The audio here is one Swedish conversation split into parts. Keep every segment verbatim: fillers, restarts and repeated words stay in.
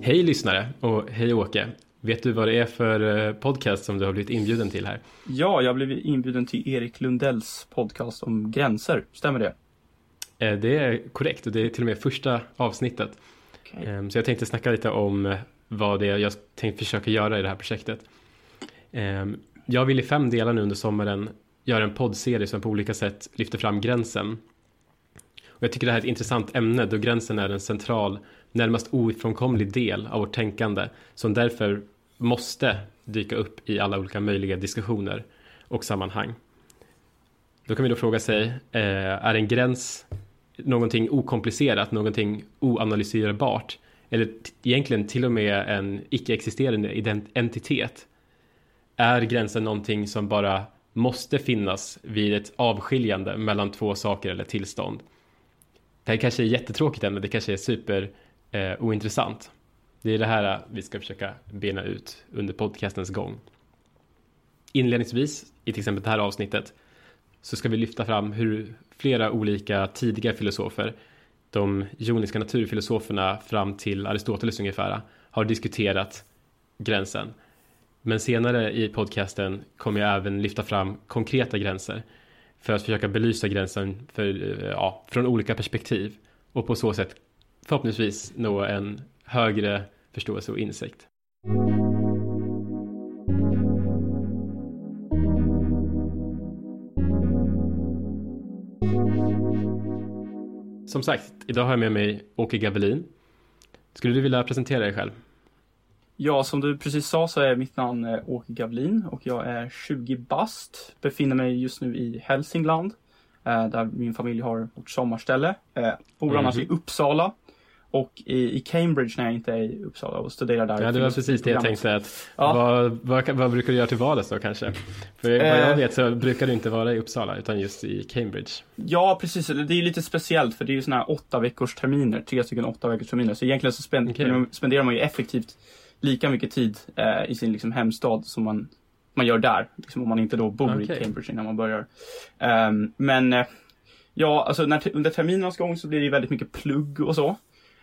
Hej lyssnare och hej Åke. Vet du vad det är för podcast som du har blivit inbjuden till här? Ja, jag blev inbjuden till Erik Lundells podcast om gränser. Stämmer det? Det är korrekt och det är till och med första avsnittet. Okay. Så jag tänkte snacka lite om vad det är jag tänkte försöka göra i det här projektet. Jag vill i fem delar nu under sommaren göra en poddserie som på olika sätt lyfter fram gränsen. Och jag tycker det här är ett intressant ämne då gränsen är en central, närmast ofrånkomlig del av vårt tänkande som därför måste dyka upp i alla olika möjliga diskussioner och sammanhang. Då kan vi då fråga sig, är en gräns någonting okomplicerat, någonting oanalyserbart eller t- egentligen till och med en icke-existerande ident- entitet? Är gränsen någonting som bara måste finnas vid ett avskiljande mellan två saker eller tillstånd? Det här kanske är jättetråkigt ämne, det kanske är super eh, ointressant. Det är det här vi ska försöka bena ut under podcastens gång. Inledningsvis, i till exempel det här avsnittet, så ska vi lyfta fram hur flera olika tidiga filosofer, de joniska naturfilosoferna fram till Aristoteles ungefär, har diskuterat gränsen. Men senare i podcasten kommer jag även lyfta fram konkreta gränser för att försöka belysa gränsen för, ja, från olika perspektiv och på så sätt förhoppningsvis nå en högre förståelse och insikt. Som sagt, idag har jag med mig Åke Gavelin. Skulle du vilja presentera dig själv? Ja, som du precis sa så är mitt namn Åke Gavelin och jag är tjugo bast. Befinner mig just nu i Hälsingland där min familj har vårt sommarställe. Bor mm-hmm. annars i Uppsala och i, i Cambridge när jag inte är i Uppsala och studerar där. Ja, det var precis det jag tänkte. Att, ja. vad, vad, vad brukar du göra till vardags då kanske? För vad jag eh, vet så brukar du inte vara i Uppsala utan just i Cambridge. Ja, precis. Det är lite speciellt för det är ju såna här åtta veckors terminer. Tre stycken åtta veckors terminer. Så egentligen så spend, okay. spenderar man ju effektivt lika mycket tid eh, i sin liksom, hemstad som man, man gör där. Liksom, om man inte då bor okay. i Cambridge innan man börjar. Um, men eh, ja, alltså när, under terminernas gång så blir det ju väldigt mycket plugg och så.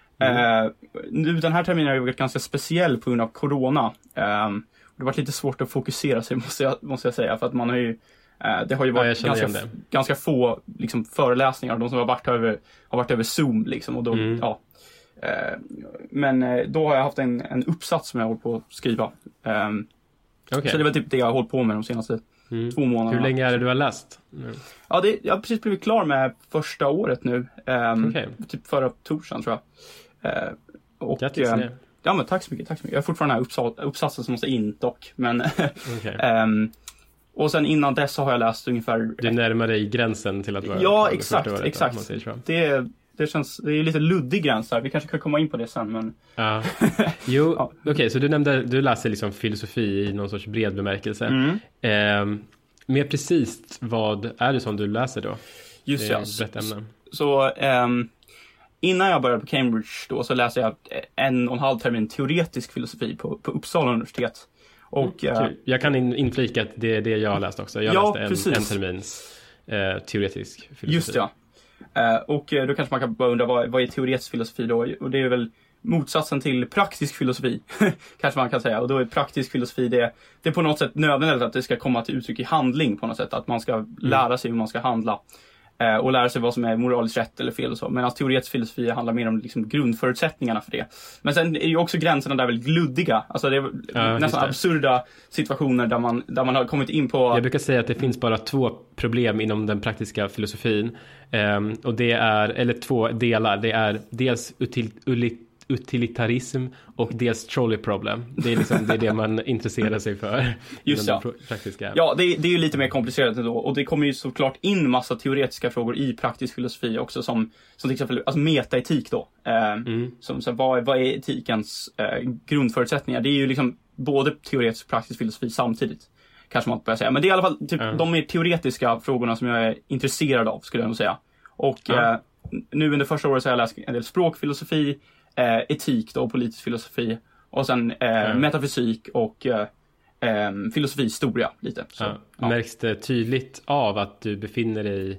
Mm. Uh, nu den här terminen har ju varit ganska speciell på grund av corona. Um, det har varit lite svårt att fokusera sig måste jag, måste jag säga. För att man har ju, uh, det har ju varit ja, ganska, ganska få liksom, föreläsningar. De som har varit över, har varit över Zoom liksom. Och då, mm. ja. Uh, men uh, då har jag haft en, en uppsats som jag håller på att skriva. Um, okay. Så det var typ det jag har hållit på med de senaste mm. två månaderna. Hur länge är det du har läst? Mm. Ja, det, jag har precis blivit klar med första året nu. Um, okay. Typ förra torsdagen tror jag. Uh, och, uh, ja, men tack så mycket, tack så mycket. Jag har fortfarande den här uppsats, uppsatsen som måste in dock. Men, okay. um, och sen innan dess så har jag läst ungefär... Du närmar dig gränsen till att vara... Ja, exakt, året, exakt. Det, det känns, det är lite luddig gräns här. Vi kanske kan komma in på det sen, men... Ja. Jo, ja. Okej, okay, så du nämnde, du läser liksom filosofi i någon sorts bred bemärkelse. Mm. Um, mer precis, vad är det som du läser då? Just det, ja. Så, så um, innan jag började på Cambridge då så läste jag en och en halv termin teoretisk filosofi på, på Uppsala universitet. Och, mm, uh, jag kan in, inflika att det är det jag har läst också. Jag ja, läste en, en termins uh, teoretisk filosofi. Just ja. Uh, och uh, då kanske man kan bara undra vad, vad är teoretisk filosofi då? Och det är väl motsatsen till praktisk filosofi kanske man kan säga. Och då är praktisk filosofi det, det är på något sätt nödvändigt att det ska komma till uttryck i handling på något sätt. Att man ska mm. lära sig hur man ska handla. Eh, och lära sig vad som är moraliskt rätt eller fel och så. Medan teoretisk filosofi handlar mer om liksom, grundförutsättningarna för det. Men sen är ju också gränserna där väldigt luddiga. Alltså det är ja, nästan absurda situationer där man, där man har kommit in på... Jag brukar säga att det finns bara två problem inom den praktiska filosofin. Um, och det är, eller två delar. Det är dels util, ulit, utilitarism och dels trolley problem. Det är liksom det, är det man intresserar sig för. Just ja. Praktiska. Ja, det är, det är ju lite mer komplicerat ändå. Och det kommer ju såklart in massa teoretiska frågor i praktisk filosofi också. Som, som till exempel alltså metaetik då. Eh, mm. Som, så vad, vad är etikens eh, grundförutsättningar? Det är ju liksom både teoretisk och praktisk filosofi samtidigt. Kanske man börjar säga. Men det är i alla fall typ, mm. de mer teoretiska frågorna som jag är intresserad av skulle jag nog säga. Och mm. eh, nu under första året så har jag läst en del språkfilosofi, eh, etik då, politisk filosofi och sen eh, mm. metafysik och eh, eh, filosofihistoria lite. Så, ja. Ja. Märks det tydligt av att du befinner dig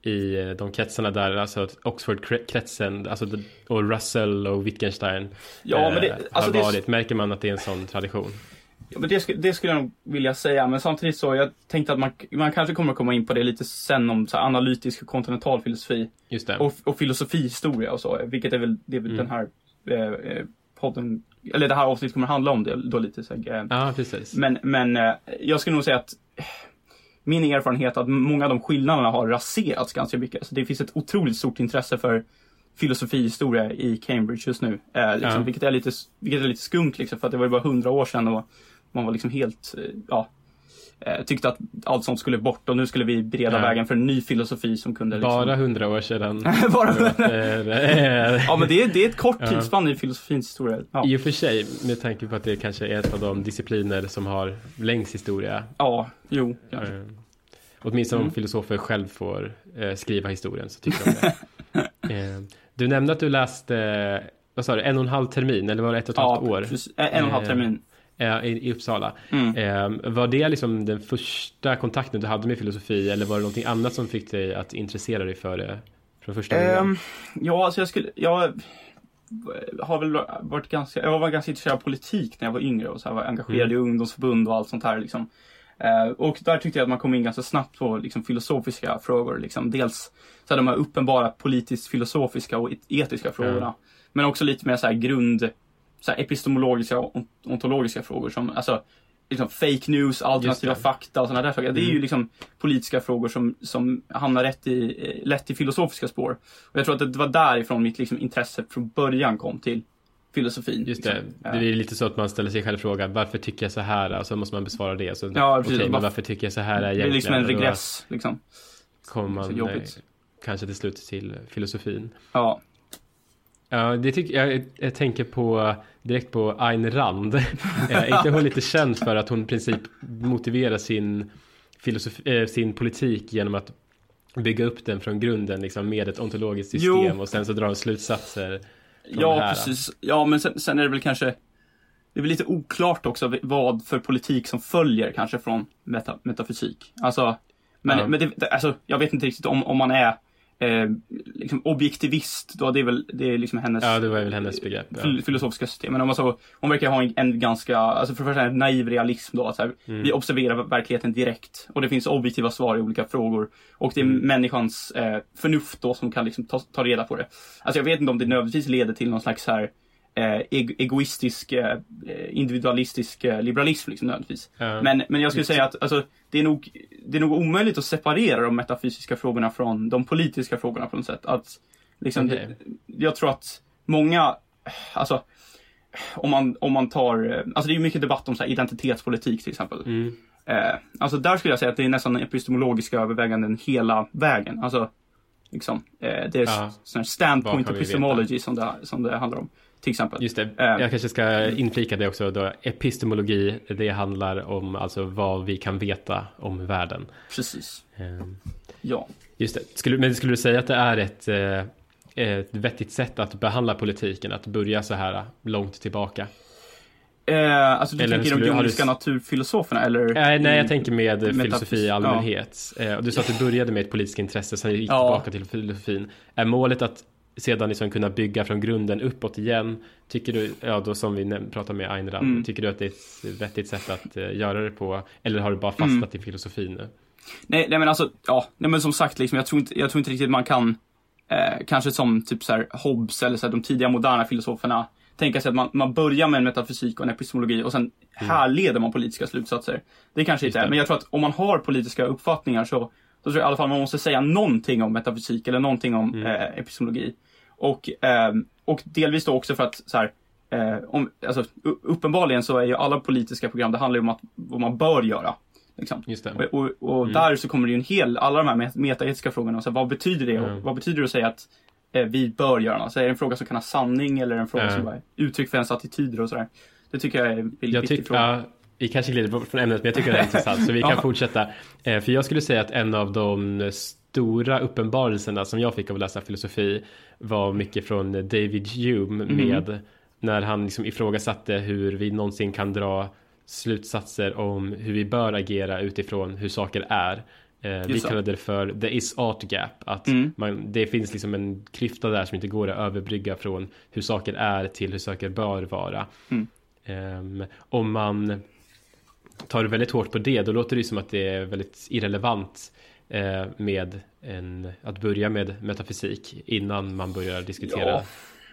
i de kretsarna där, alltså Oxford-kretsen, alltså, och Russell och Wittgenstein ja, men det, eh, alltså har det, varit. Märker man att det är en sån tradition? Ja, men det, sk- det skulle jag nog vilja säga, men samtidigt så jag tänkte att man, man kanske kommer att komma in på det lite sen om så här, analytisk och kontinental filosofi. Just det. Och, och filosofihistoria och så, vilket är väl, det är väl mm. den här eh, podden, eller det här avsnittet kommer att handla om det då lite så här, eh. Ja, precis. Men, men eh, jag skulle nog säga att eh, min erfarenhet är att många av de skillnaderna har raserats ganska mycket. Så det finns ett otroligt stort intresse för filosofihistoria i Cambridge just nu. Eh, liksom, ja. vilket, är lite, vilket är lite skumt liksom, för att det var ju bara hundra år sedan och man var liksom helt, eh, ja, eh, tyckte att allt sånt skulle bort och nu skulle vi bereda ja. vägen för en ny filosofi som kunde liksom... Bara hundra år sedan. Bara Ja, men det är, det är ett kort ja. tidsspann i filosofins historia. Ja. I och för sig, med tanke på att det kanske är ett av de discipliner som har längst historia. Ja, jo. Eh, åtminstone mm. om filosofer själv får eh, skriva historien så tycker de det. eh, du nämnde att du läste, eh, vad sa du, en och en halv termin, eller var det ett och ett halvt ja, år? Precis, en och en halv termin. I, i Uppsala. Mm. Eh, var det liksom den första kontakten du hade med filosofi eller var det någonting annat som fick dig att intressera dig för det från första början? Um, ja, alltså jag skulle jag har väl varit ganska jag var ganska intresserad av politik när jag var yngre och så här, var engagerad mm. i ungdomsförbund och allt sånt här liksom. Uh, och där tyckte jag att man kom in ganska snabbt på liksom filosofiska frågor liksom. Dels så här, de här uppenbara politiskt filosofiska och etiska frågorna. Mm. Men också lite mer så här grund så här epistemologiska och ontologiska frågor som alltså liksom fake news, alternativa fakta och såna där saker. Mm. Det är ju liksom politiska frågor som som hamnar rätt i lätt i filosofiska spår. Och jag tror att det var därifrån mitt liksom intresse från början kom till filosofin. Just det. Liksom. Det är lite så att man ställer sig själv frågan varför tycker jag så här? Alltså måste man besvara det. Så, ja, precis. Okay, men varför tycker jag så här är egentligen? Det är liksom en regress liksom. Kommer man eh, kanske till slut till filosofin. Ja. Ja, det tycker jag, jag tänker på direkt på Ayn Rand. Är inte hon lite känd för att hon i princip motiverar sin filosofi, äh, sin politik genom att bygga upp den från grunden liksom, med ett ontologiskt system jo. och sen så drar hon slutsatser från ja, det här. Precis. Ja, men sen, sen är det väl kanske det är väl lite oklart också vad för politik som följer kanske från meta, metafysik. Alltså, men, ja. men det, alltså, jag vet inte riktigt om, om man är Eh, liksom objektivist då, det är väl det är liksom hennes ja det var väl hennes begrepp ja. filosofiska system, men om man så hon verkar ha en, en ganska alltså för det första en naiv realism då att så här, mm. vi observerar verkligheten direkt och det finns objektiva svar i olika frågor och det är mm. människans eh, förnuft då som kan liksom ta, ta reda på det. Alltså jag vet inte om det nödvändigtvis leder till någon slags här eh, egoistisk eh, individualistisk eh, liberalism liksom nödvändigtvis. Mm. Men men jag skulle säga att alltså det är nog det är nog omöjligt att separera de metafysiska frågorna från de politiska frågorna på något sätt. Att liksom okay. det, jag tror att många alltså om man om man tar alltså det är ju mycket debatt om så här identitetspolitik till exempel. Mm. Eh, alltså där skulle jag säga att det är nästan epistemologiska överväganden hela vägen. Alltså liksom eh, det är ja. sån här standpoint epistemology som det som det handlar om. Till exempel. Just det, jag kanske ska inflika det också då. Epistemologi, det handlar om alltså vad vi kan veta om världen. Precis. Um, ja. Just det. Skulle, men skulle du säga att det är ett, ett vettigt sätt att behandla politiken, att börja så här långt tillbaka? Eh, alltså du eller tänker de jungiska du... naturfilosoferna eller? Eh, nej, jag tänker med metafys- filosofi i allmänhet. Ja. Eh, och du sa att du började med ett politiskt intresse, sen gick ja. tillbaka till filosofin. Är målet att sedan liksom kunna bygga från grunden uppåt igen? Tycker du, ja då som vi pratar med Ayn Rand, mm. tycker du att det är ett vettigt sätt att uh, göra det på? Eller har du bara fastnat mm. i filosofin nu? Nej, nej men alltså, ja, nej men som sagt liksom, jag tror inte, jag tror inte riktigt man kan eh, kanske som typ så här Hobbes eller så här, de tidiga moderna filosoferna tänka sig att man, man börjar med en metafysik och en epistemologi och sen mm. härleder man politiska slutsatser. Det kanske inte är, men jag tror att om man har politiska uppfattningar så då tror jag i alla fall man måste säga någonting om metafysik eller någonting om mm. eh, epistemologi. Och, eh, och delvis då också för att så här, eh, om, alltså, uppenbarligen så är ju alla politiska program, det handlar ju om att, vad man bör göra. Liksom. Just det. Och, och, och mm. där så kommer det ju en hel, alla de här metaetiska frågorna. Så här, vad betyder det? Mm. Och vad betyder det att säga att eh, vi bör göra något? Så är det en fråga som kan ha sanning eller en fråga mm. som är uttryck för ens attityder och sådär. Det tycker jag är en jag viktig tyck, fråga. Ja, vi kanske glider bort från ämnet, men jag tycker det är intressant. Så vi kan ja. fortsätta. Eh, för jag skulle säga att en av de stora uppenbarelserna som jag fick av att läsa filosofi var mycket från David Hume mm. med när han liksom ifrågasatte hur vi någonsin kan dra slutsatser om hur vi bör agera utifrån hur saker är. Eh, vi kallade det för the is-art gap. Att mm. man, det finns liksom en klyfta där som inte går att överbrygga från hur saker är till hur saker bör vara. Mm. Um, om man tar det väldigt hårt på det, då låter det som att det är väldigt irrelevant eh, med en, att börja med metafysik innan man börjar diskutera ja.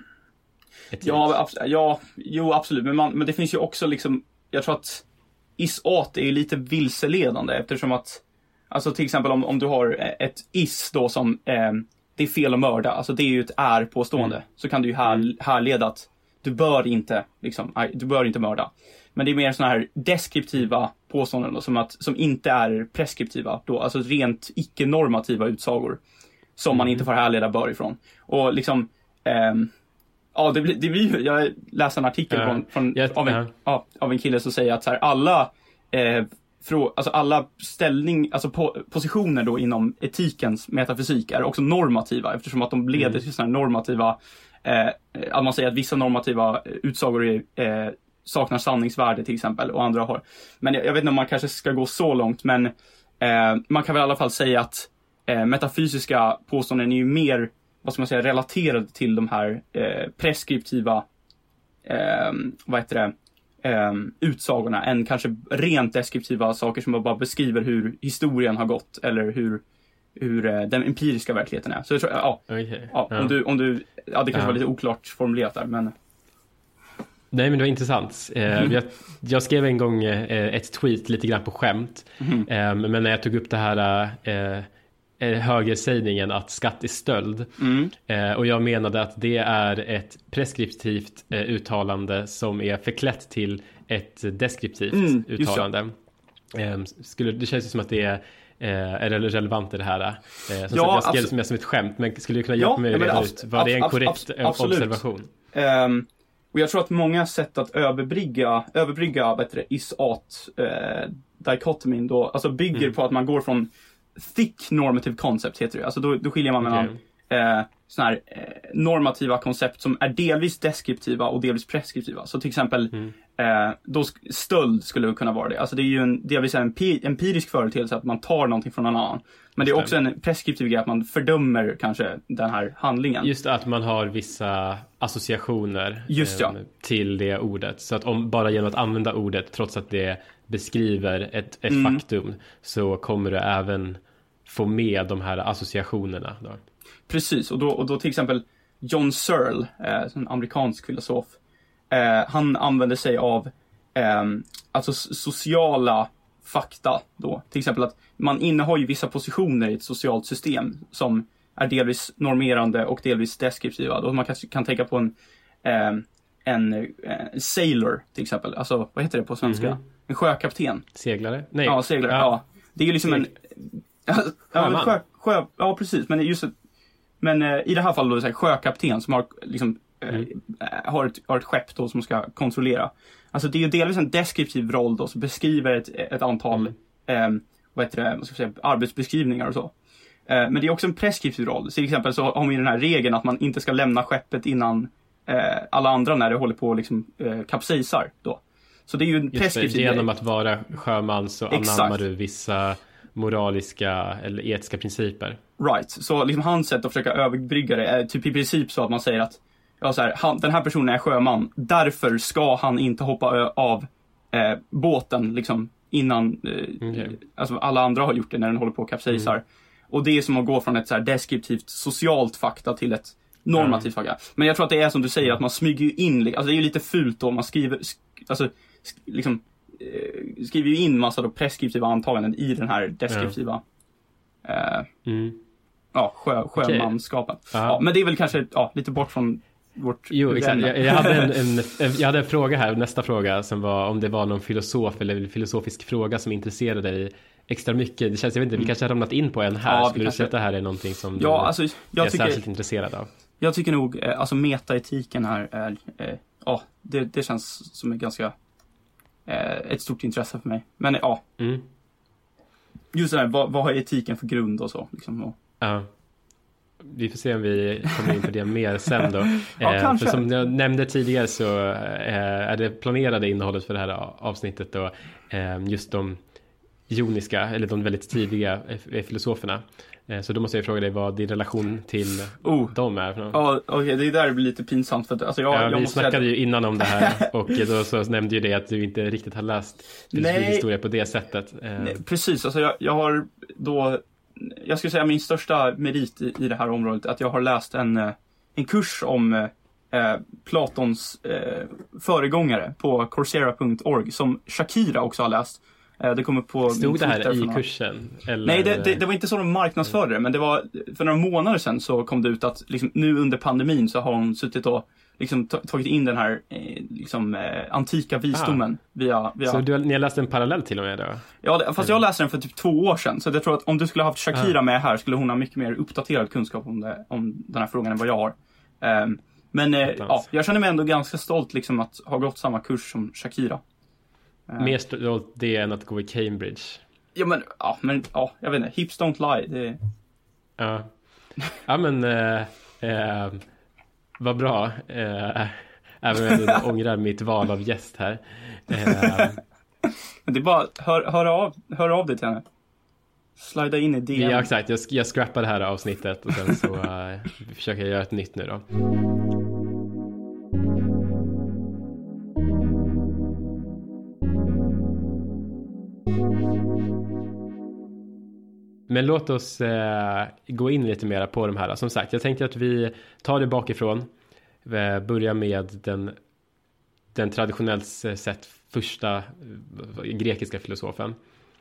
etik. Ja, abs- ja, jo absolut. Men, man, men det finns ju också liksom, jag tror att is-art är lite vilseledande eftersom att, alltså till exempel om, om du har ett is då som eh, det är fel att mörda, alltså det är ju ett är-påstående, mm. så kan du ju här, härleda att du bör inte liksom, du bör inte mörda. Men det är mer såna här deskriptiva påståenden då, som, att, som inte är preskriptiva då, alltså rent icke-normativa utsagor som mm. man inte får härleda bör ifrån. Och liksom eh, ja, det blir, det blir jag läste en artikel uh, från, från yes, av, en, uh. ja, av en kille som säger att så här, alla eh, frå, alltså alla ställning, alltså po, positioner då inom etikens metafysik är också normativa eftersom att de leder mm. till såna här normativa eh, att man säger att vissa normativa utsagor är, eh, saknar sanningsvärde till exempel och andra har. Men jag, jag vet inte om man kanske ska gå så långt, men eh, man kan väl i alla fall säga att eh, metafysiska påståenden är ju mer, vad ska man säga, relaterade till de här eh, preskriptiva eh, vad heter det eh, utsagorna än kanske rent deskriptiva saker som bara beskriver hur historien har gått eller hur hur eh, den empiriska verkligheten är. Så jag tror, ja, okay. ja, om du om du ja, det kanske ja. var lite oklart formulerat där, men nej, men det var intressant. Mm. Jag, jag skrev en gång ett tweet lite grann på skämt. Mm. Men när jag tog upp det här eh, högersägningen att skatt är stöld. Mm. Och jag menade att det är ett preskriptivt uttalande som är förklätt till ett deskriptivt mm, uttalande. Skulle, det känns som att det är är det relevant i det här? Som ja, jag skrev det som, som ett skämt, men skulle du kunna hjälpa ja, mig att reda ut vad det är en korrekt abs- observation? Um, och jag tror att många sätt att överbrygga, överbrygga vad heter det, is-art eh, dichotomin då, alltså bygger mm. på att man går från thick normative concept heter det. Alltså då, då skiljer man mellan okay. eh, såna här eh, normativa koncept som är delvis deskriptiva och delvis preskriptiva. Så till exempel mm. eh, då stöld skulle kunna vara det. Alltså det är ju en delvis en empirisk företeelse att man tar någonting från någon annan. Men det är också en preskriptiv grej att man fördömer kanske den här handlingen. Just att man har vissa associationer Just, ja. eh, till det ordet. Så att om bara genom att använda ordet trots att det beskriver ett, ett mm. faktum så kommer du även få med de här associationerna då. Precis, och då, och då till exempel John Searle, eh, en amerikansk filosof, eh, han använder sig av eh, alltså sociala fakta då. Till exempel att man innehar ju vissa positioner i ett socialt system som är delvis normerande och delvis deskriptiva. Då man kan, kan tänka på en, eh, en eh, sailor till exempel. Alltså, vad heter det på svenska? Mm-hmm. En sjökapten. Seglare? Nej. Ja, seglare. Ja. ja. Det är ju liksom Seg- en... ja, sjö, sjö, ja, precis. Men just ett, men eh, i det här fallet då är det så här, sjökapten som har liksom mm. eh, har, ett, har ett skepp då som ska kontrollera. Alltså det är ju delvis en deskriptiv roll då som beskriver ett, ett antal mm. eh, vad heter det, vad ska jag säga, arbetsbeskrivningar och så. Eh, men det är också en preskriptiv roll. Så till exempel så har vi den här regeln att man inte ska lämna skeppet innan eh, alla andra när det håller på liksom eh, kapsejsar då. Så det är ju en preskriptiv genom att vara sjöman så anammar du vissa moraliska eller etiska principer. Right. Så liksom hans sätt att försöka överbrygga det är typ i princip så att man säger att ja, så här, han, den här personen är sjöman, därför ska han inte hoppa ö- av eh, båten liksom innan eh, okay. alltså alla andra har gjort det när den håller på och kapsejsar. Mm. Och det är som att gå från ett så här deskriptivt socialt fakta till ett normativt mm. fakta. Men jag tror att det är som du säger att man smyger ju in, alltså det är ju lite fult då man skriver sk- alltså sk- liksom eh, skriver ju in massa då preskriptiva antaganden i den här deskriptiva mm. eh, mm. ja, sjö, sjömanskapen. Okay. Ja, men det är väl kanske ja, lite bort från vårt Jo, exakt. Jag, jag, hade en, en, en, jag hade en fråga här, nästa fråga som var om det var någon filosof eller filosofisk fråga som intresserade dig extra mycket. Det känns, jag vet inte, vi kanske har ramlat in på en här. Ja, skulle kanske... du säga att det här är någonting som ja, du alltså, jag är tycker, särskilt intresserad av? Jag tycker nog, alltså metaetiken här är, är ja, det, det känns som ett ganska eh, ett stort intresse för mig. Men ja, mm. just det här, vad, vad har etiken för grund och så liksom, och... Ja. Vi får se om vi kommer in på det mer sen då. Ja, eh, för som jag nämnde tidigare så eh, är det planerade innehållet för det här avsnittet då, eh, just de joniska, eller de väldigt tidiga filosoferna. Så då måste jag fråga dig vad din relation till oh. dem är. Ja, okej, okay, det är där det blir lite pinsamt. För att, alltså jag, ja, jag vi måste snackade säga... ju innan om det här och då så nämnde ju det att du inte riktigt har läst filosofihistoria på det sättet. Nej, precis, alltså jag, jag har då, jag skulle säga min största merit i, i det här området att jag har läst en, en kurs om eh, Platons eh, föregångare på coursera punkt org som Shakira också har läst. Det kommer på Stod det här i kursen? Eller? Nej, det, det, det var inte så de marknadsförde, men det var för några månader sedan så kom det ut att liksom, nu under pandemin så har hon suttit och liksom, tagit in den här eh, liksom, eh, antika visdomen. Ah. Via, via... Så du, ni har läst en parallell till och med då? Ja, det, fast jag läste den för typ två år sedan. Så jag tror att om du skulle ha haft Shakira ah. med här skulle hon ha mycket mer uppdaterad kunskap om, det, om den här frågan än vad jag har. Um, men eh, ja, jag känner mig ändå ganska stolt liksom, att ha gått samma kurs som Shakira. Mer stolt det än att gå i Cambridge. Ja men, ja, men ja, jag vet inte. Hips don't lie. Det... Ja. Ja men eh, eh, vad bra. Eh, även om jag ångrar mitt val av gäst här. Eh, det är bara hör, hör, av, hör av dig till henne. Slida in i D M. Ja exakt, jag, jag scrappar det här avsnittet och sen så eh, försöker jag göra ett nytt nu då. Men låt oss eh, gå in lite mer på de här. Som sagt, jag tänkte att vi tar det bakifrån. Eh, börjar med den, den traditionellt sett första eh, grekiska filosofen.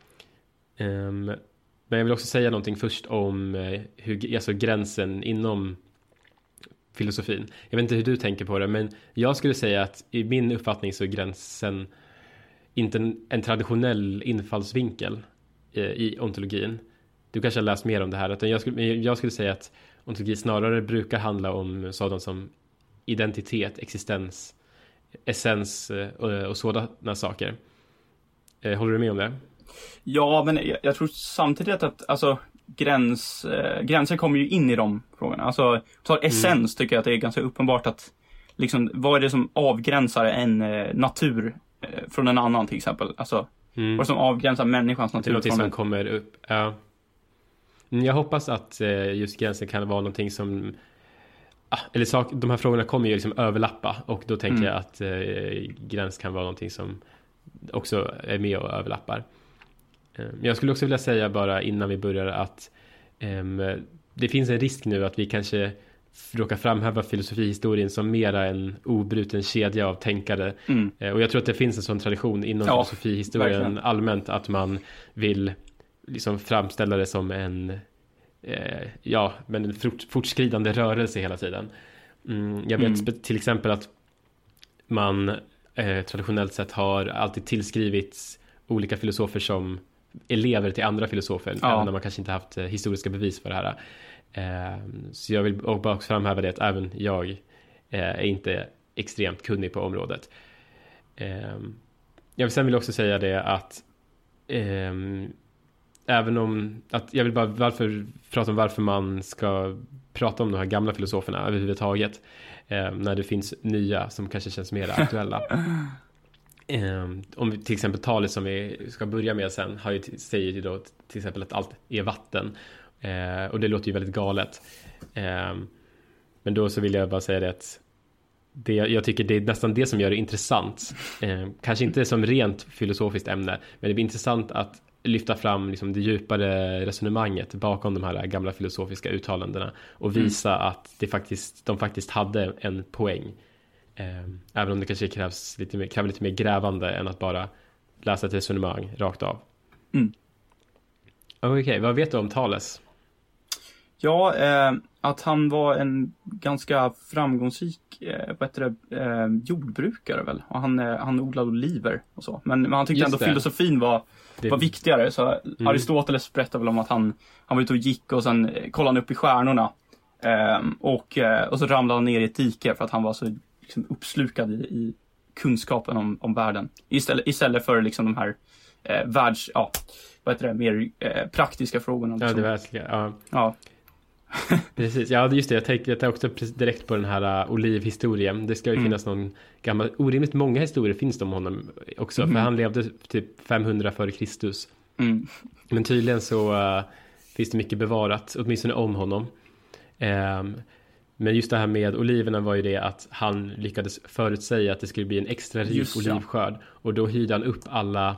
Um, men jag vill också säga någonting först om eh, hur, alltså gränsen inom filosofin. Jag vet inte hur du tänker på det, men jag skulle säga att i min uppfattning så är gränsen inte en, en traditionell infallsvinkel eh, i ontologin. Du kanske har läst mer om det här. Utan jag, skulle, jag skulle säga att ontologi snarare brukar handla om sådant som identitet, existens, essens och, och sådana saker. Håller du med om det? Ja, men jag, jag tror samtidigt att alltså, gräns, äh, gränser kommer ju in i de frågorna. Alltså, tar essens mm. tycker jag att det är ganska uppenbart att liksom, vad är det som avgränsar en äh, natur äh, från en annan till exempel? Alltså, mm. vad är det som avgränsar människans natur? Det är något som kommer upp, ja. Jag hoppas att just gränsen kan vara någonting som eller sak, de här frågorna kommer ju liksom överlappa och då tänker mm. jag att eh, gräns kan vara någonting som också är med och överlappar. Eh, jag skulle också vilja säga bara innan vi börjar att eh, det finns en risk nu att vi kanske råkar framhäva filosofihistorien som mera en obruten kedja av tänkare. Mm. Eh, och jag tror att det finns en sån tradition inom ja, filosofihistorien verkligen. Allmänt att man vill liksom framställa det som en eh, ja, men en fort, fortskridande rörelse hela tiden. Mm, jag vet mm. till exempel att man eh, traditionellt sett har alltid tillskrivits olika filosofer som elever till andra filosofer, ja. Även när man kanske inte haft eh, historiska bevis för det här. Eh, så jag vill bara framhäva det att även jag eh, är inte extremt kunnig på området. Eh, jag vill sen vill också säga det att eh, även om att jag vill bara varför, prata om varför man ska prata om de här gamla filosoferna överhuvudtaget eh, när det finns nya som kanske känns mer aktuella. eh, om vi, till exempel talet som vi ska börja med sen har ju, säger ju då till exempel att allt är vatten eh, och det låter ju väldigt galet. Eh, men då så vill jag bara säga det att det, jag tycker det är nästan det som gör det intressant. Eh, kanske inte som rent filosofiskt ämne, men det blir intressant att lyfta fram liksom det djupare resonemanget bakom de här gamla filosofiska uttalandena och visa mm. att det faktiskt, de faktiskt hade en poäng. Eh, även om det kanske krävs lite mer, kräver lite mer grävande än att bara läsa ett resonemang rakt av. Mm. Okej, okay, vad vet du om Thales? Ja, eh, att han var en ganska framgångsrik eh, vad heter det, eh, jordbrukare väl. Och han, eh, han odlade oliver och så. Men, men han tyckte Just ändå det. filosofin var, det... var viktigare. Så mm. Aristoteles berättade väl om att han, han var ute och gick och sen kollade han upp i stjärnorna. Eh, och, eh, och så ramlade han ner i ett dike för att han var så liksom, uppslukad i, i kunskapen om, om världen. Istället, istället för liksom de här eh, världs... Ja, vad heter det? Mer eh, praktiska frågorna. Liksom. Ja, det verkligen. Ja. ja. Precis, ja just det, jag tänkte, jag tänkte också direkt på den här uh, olivhistorien. Det ska ju mm. finnas någon gammal, orimligt många historier finns det om honom också, mm. för han levde typ femhundra före Kristus. Mm. Men tydligen så uh, finns det mycket bevarat, åtminstone om honom. Um, men just det här med oliverna var ju det att han lyckades förutsäga att det skulle bli en extra rik just, olivskörd. Ja. Och då hyrde han upp alla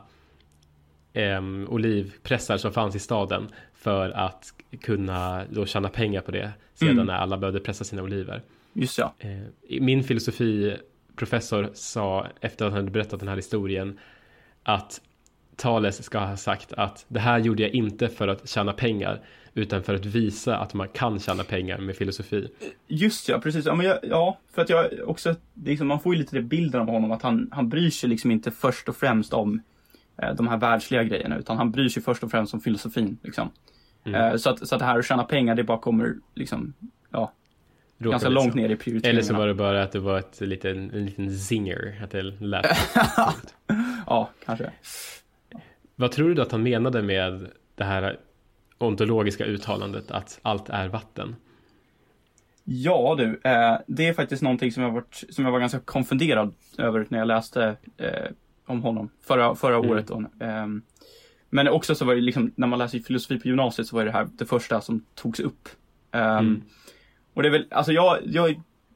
um, olivpressar som fanns i staden för att kunna då tjäna pengar på det sedan mm. när alla behövde pressa sina oliver. Just ja. Uh, min filosofiprofessor sa efter att han hade berättat den här historien att Thales ska ha sagt att det här gjorde jag inte för att tjäna pengar utan för att visa att man kan tjäna pengar med filosofi. Just ja, precis. Ja, men jag, ja för att jag också, liksom, man får ju lite det bilden av honom att han, han bryr sig liksom inte först och främst om eh, de här världsliga grejerna utan han bryr sig först och främst om filosofin. Liksom. Mm. Eh, så, att, så att det här att tjäna pengar, det bara kommer liksom, ja, Råkar ganska långt ner i prioriteringarna. Eller så var det bara att det var ett liten, en liten zinger, att det lät. Ja, kanske. Vad tror du att han menade med det här ontologiska uttalandet att allt är vatten? Ja du, eh, det är faktiskt någonting som jag, varit, som jag var ganska konfunderad över när jag läste eh, om honom förra, förra mm. året. Då. Eh, men också så var det liksom, när man läser filosofi på gymnasiet så var det här det första som togs upp. Eh, mm. Och det är väl, alltså jag, jag,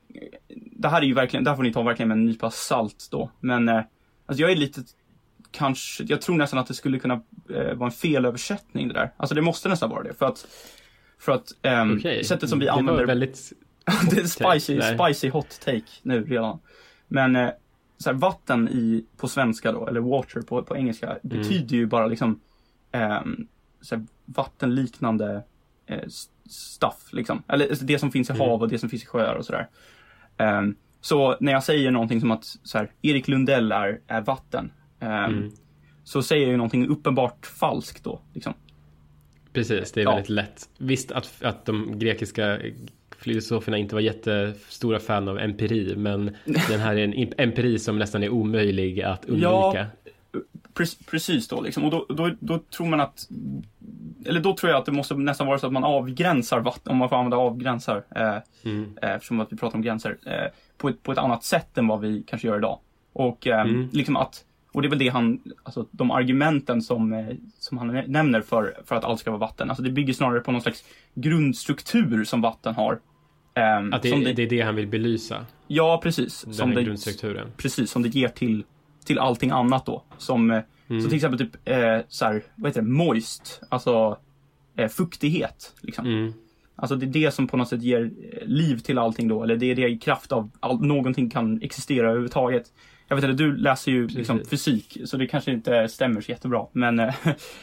det här är ju verkligen, där får ni ta verkligen med en nypa salt då. Men eh, alltså jag är lite... Kanske, jag tror nästan att det skulle kunna eh, vara en felöversättning det där. Alltså det måste nästan vara det. För att, för att um, okay. sättet som vi det använder... Var väldigt det är spicy, spicy hot take nu redan. Men eh, så här, vatten i, på svenska då, eller water på, på engelska, mm. betyder ju bara liksom eh, så här, vattenliknande eh, stuff liksom. Eller alltså, det som finns i mm. hav och det som finns i sjöar och sådär. Um, så när jag säger någonting som att så här, Erik Lundell är, är vatten. Um, mm. Så säger jag ju någonting uppenbart falskt då liksom. Precis, det är ja. väldigt lätt. Visst att, att de grekiska filosoferna inte var jättestora fan av empiri, men den här är en empiri som nästan är omöjlig att undvika. Ja, pre- precis då liksom. Och då, då, då tror man att, eller då tror jag att det måste nästan vara så att man avgränsar vatten, om man får använda avgränsar eh, mm. eh, eftersom att vi pratar om gränser eh, på, ett, på ett annat sätt än vad vi kanske gör idag. Och eh, mm. liksom att Och det är väl det han, alltså de argumenten som, som han nämner för, för att allt ska vara vatten. Alltså det bygger snarare på någon slags grundstruktur som vatten har. Um, att det, som det, det är det han vill belysa? Ja, precis. Den som här det, grundstrukturen. Precis, som det ger till, till allting annat då. Som, mm. så till exempel typ, eh, så här, vad heter det, moist. Alltså eh, fuktighet, liksom. Mm. Alltså det är det som på något sätt ger liv till allting då. Eller det är det i kraft av all, någonting kan existera överhuvudtaget. Jag vet inte, du läser ju liksom fysik, så det kanske inte stämmer så jättebra. Men, eh,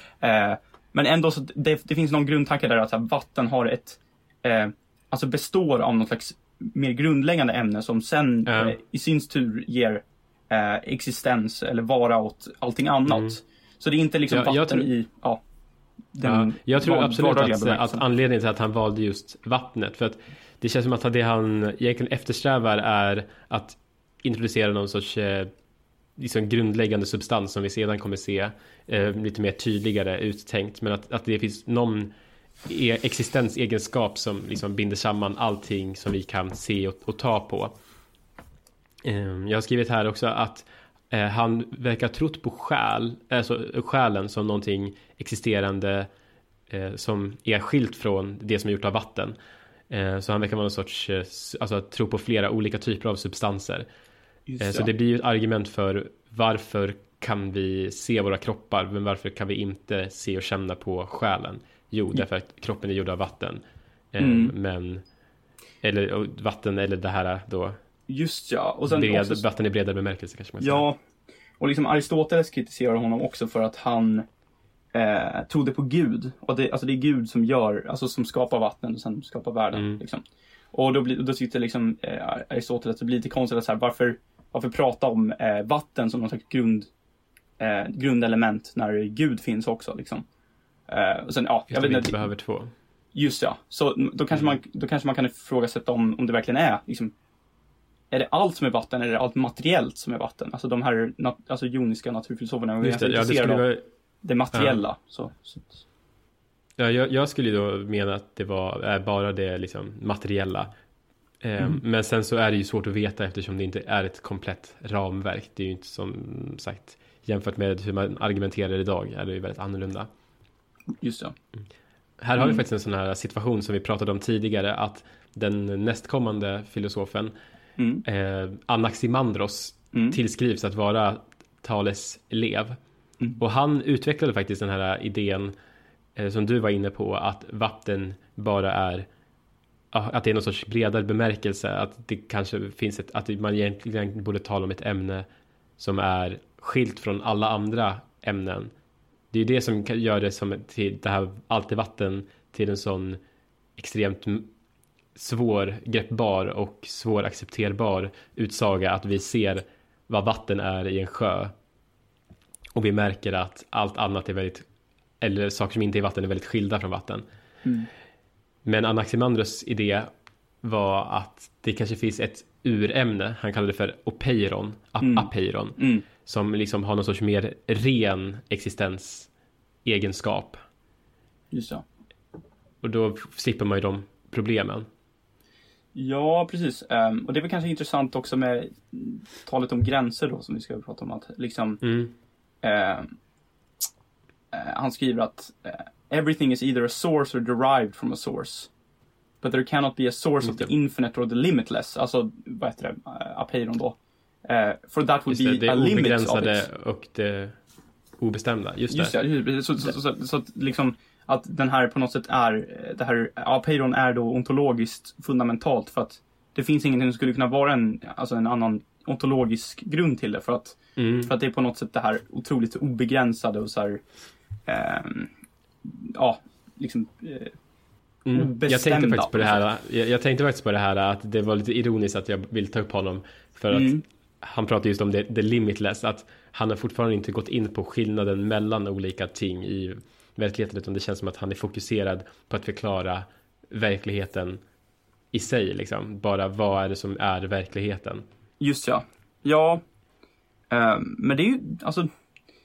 men ändå så det, det finns någon grundtanke där att så här, vatten har ett, eh, alltså består av något slags mer grundläggande ämne som sen mm. eh, i sin tur ger eh, existens eller vara åt allting annat. Mm. Så det är inte liksom ja, vatten tror... i, ja. Den ja, jag tror absolut att, att anledningen till att han valde just vattnet, för att det känns som att det han egentligen eftersträvar är att introducera någon sorts eh, liksom grundläggande substans som vi sedan kommer se eh, lite mer tydligare uttänkt, men att, att det finns någon e- existensegenskap som liksom binder samman allting som vi kan se och, och ta på. Eh, jag har skrivit här också att eh, han verkar ha trott på själ, alltså själen som någonting existerande eh, som är skilt från det som är gjort av vatten. Eh, så han verkar vara någon sorts, eh, alltså tro på flera olika typer av substanser. Just, så ja. Det blir ju ett argument för varför kan vi se våra kroppar, men varför kan vi inte se och känna på själen? Jo, mm. därför att kroppen är gjord av vatten. Mm. Men eller vatten eller det här då. Just ja, och sen bred, också, vatten i bredare bemärkelse kanske man säger. Ja. Och liksom Aristoteles kritiserar honom också för att han eh, trodde på Gud. Och det, alltså det är Gud som gör, alltså som skapar vatten och sen skapar världen mm. liksom. Och då, blir, då sitter liksom eh, Aristoteles, det blir lite konstigt att så här, varför, varför prata om eh, vatten som någon slags grund, eh, grundelement när Gud finns också liksom. Eh, och sen, ja, jag vet inte, behöver två. Just ja, så då kanske, mm. man, då kanske man kan ifrågasätta om, om det verkligen är liksom, är det allt som är vatten eller är det allt materiellt som är vatten? Alltså de här nat- alltså joniska naturfilosoferna är det, ja, det, vara, det materiella. Ja. Så, så. Ja, jag, jag skulle då mena att det var är bara det liksom materiella. Mm. Men sen så är det ju svårt att veta eftersom det inte är ett komplett ramverk. Det är ju inte som sagt, jämfört med hur man argumenterar idag är det ju väldigt annorlunda. Just det. Mm. Här har vi faktiskt en sån här situation som vi pratade om tidigare, att den nästkommande filosofen mm. eh, Anaximandros mm. tillskrivs att vara Thales elev. Mm. Och han utvecklade faktiskt den här idén eh, som du var inne på, att vatten bara är, att det är någon sorts bredare bemärkelse, att det kanske finns ett, att man egentligen borde tala om ett ämne som är skilt från alla andra ämnen. Det är det som gör det som till det här allt är vatten till en sån extremt svårgreppbar och svåraccepterbar utsaga, att vi ser vad vatten är i en sjö och vi märker att allt annat är väldigt, eller saker som inte är vatten är väldigt skilda från vatten. Mm. Men Anaximandros idé var att det kanske finns ett urämne, han kallade det för opeiron, ap- mm. apeiron, mm. som liksom har någon sorts mer ren existensegenskap. Just så. Och då slipper man ju de problemen. Ja, precis. Um, och det är väl kanske intressant också med talet om gränser då, som vi ska prata om. Att liksom, mm. uh, uh, han skriver att uh, everything is either a source or derived from a source. But there cannot be a source of the infinite or the limitless. Alltså, vad heter det? Uh, apeiron då. Uh, for that would det, be a limit of it. Det obegränsade och det obestämda. Just, Just det. det. Så, så, så, så, så att liksom att den här på något sätt är, det här apeiron är då ontologiskt fundamentalt, för att det finns ingenting som skulle kunna vara en, alltså en annan ontologisk grund till det, för att, mm. för att det är på något sätt det här otroligt obegränsade och så här, eh, ja, liksom eh, mm. obestämda. Jag tänkte faktiskt på det här, jag, jag tänkte faktiskt på det här att det var lite ironiskt att jag vill ta upp honom, för att mm. han pratar just om det, det limitless, att han har fortfarande inte gått in på skillnaden mellan olika ting i verkligheten, utan det känns som att han är fokuserad på att förklara verkligheten i sig, liksom. Bara vad är det som är verkligheten? Just ja. Ja. Uh, men det är ju alltså uh,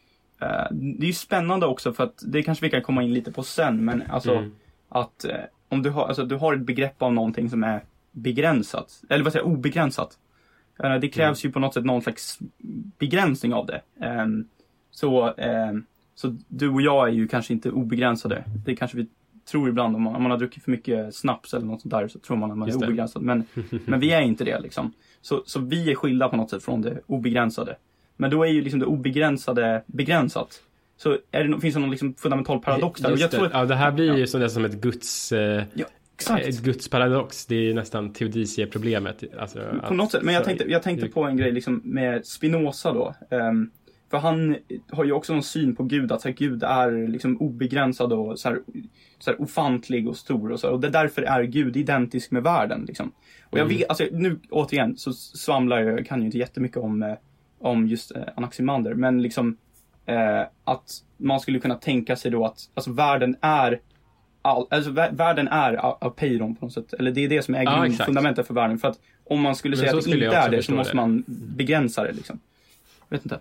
det är ju spännande också, för att det kanske vi kan komma in lite på sen, men alltså mm. att uh, om du har, alltså, du har ett begrepp av någonting som är begränsat, eller vad säger jag, obegränsat. Uh, det krävs mm. ju på något sätt någon slags begränsning av det. Um, så uh, Så du och jag är ju kanske inte obegränsade. Det kanske vi tror ibland. Om man, om man har druckit för mycket snaps eller något sånt där, så tror man att man är obegränsad. Men, men vi är inte det liksom. Så, så vi är skilda på något sätt från det obegränsade. Men då är ju liksom det obegränsade begränsat. Så är det, finns det någon liksom fundamental paradox där. Och jag tror att, ja, det här blir ju som, som ett Guds... Eh... Ja. Exakt. Ett Guds paradox, det är ju nästan teodicea-problemet. Alltså, på att, något sätt, men jag tänkte, jag tänkte på en grej liksom med Spinoza då. Um, för han har ju också någon syn på Gud, att så här, Gud är liksom obegränsad och så här, så här ofantlig och stor. Och, så, och det, därför är Gud identisk med världen. Liksom. Och jag mm. vet, alltså, nu återigen så svamlar jag, jag kan ju inte jättemycket om, om just eh, Anaximander. Men liksom eh, att man skulle kunna tänka sig då att alltså, världen är All, alltså världen är apeiron på något sätt. Eller det är det som är ja, fundamentet för världen. För att om man skulle men säga att det inte är det, så måste det. man begränsa det liksom. Vet inte.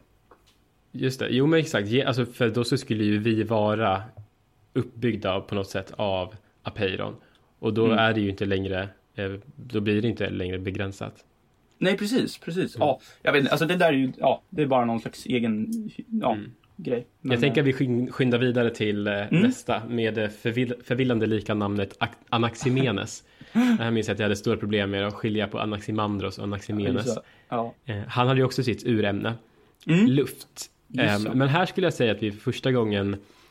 Just det, jo men exakt. Alltså, för då så skulle ju vi vara uppbyggda på något sätt av apeiron. Och då mm. är det ju inte längre, då blir det inte längre begränsat. Nej, precis, precis. Mm. Ja, jag vet inte, alltså det där är ju, ja, det är bara någon slags egen, ja. Mm. Grej. Men, jag tänker att vi skyndar vidare till mm. nästa med förvill- förvillande lika namnet Anaximenes. Jag minns att jag hade stora problem med att skilja på Anaximandros och Anaximenes. Ja. Han hade ju också sitt urämne, mm. luft. Men här skulle jag säga att vi för första gången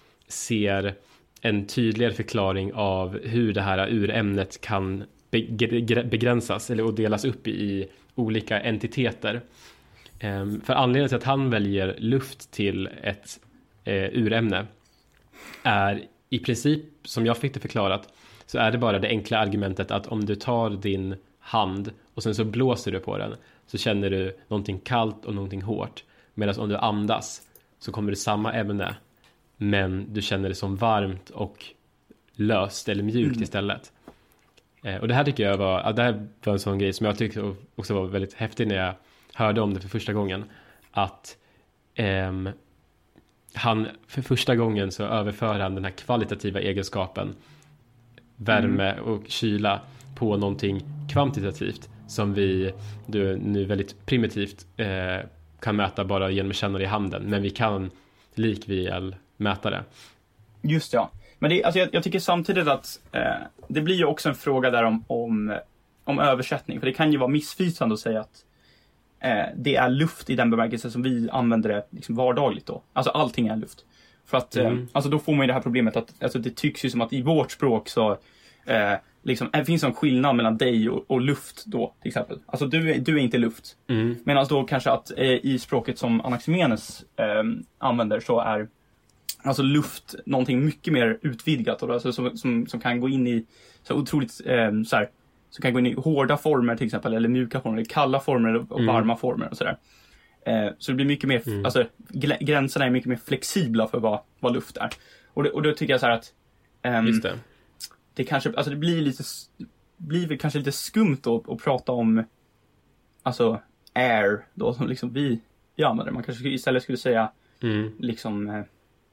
ser en tydligare förklaring av hur det här urämnet kan begränsas eller delas upp i olika entiteter. Um, för anledningen till att han väljer luft till ett uh, urämne är i princip, som jag fick det förklarat, så är det bara det enkla argumentet att om du tar din hand och sen så blåser du på den, så känner du någonting kallt och någonting hårt. Medan om du andas så kommer det samma ämne, men du känner det som varmt och löst eller mjukt mm. istället. Uh, och det här tycker jag var, uh, det här var en sån grej som jag tyckte också var väldigt häftig när jag hörde om det för första gången, att um, han för första gången så överför han den här kvalitativa egenskapen värme mm. och kyla på någonting kvantitativt som vi du, nu väldigt primitivt eh, kan mäta bara genom att känna det i handen, men vi kan likväl mäta det. Just ja. Men det, alltså jag, jag tycker samtidigt att eh, det blir ju också en fråga där om, om, om översättning. För det kan ju vara missvisande att säga att eh, det är luft i den bemärkelse som vi använder det liksom vardagligt då. Alltså allting är luft. För att mm. eh, alltså då får man ju det här problemet att alltså det tycks ju som att i vårt språk så eh, liksom, det finns en skillnad mellan dig och, och luft då till exempel. Alltså du, du är inte luft. Mm. Medan då kanske att eh, i språket som Anaximenes eh, använder så är alltså luft någonting mycket mer utvidgat och alltså som, som, som kan gå in i så otroligt eh, så här, som kan gå in i hårda former till exempel eller mjuka former, eller kalla former och mm. varma former och sådär. Eh, så det blir mycket mer mm. alltså gl- gränserna är mycket mer flexibla för vad, vad luft är. Och, det, och då tycker jag så här att ehm, Just det. det kanske alltså det blir lite blir väl kanske lite skumt då att prata om alltså air då som liksom vi vi använder. Man kanske istället skulle säga mm. liksom eh,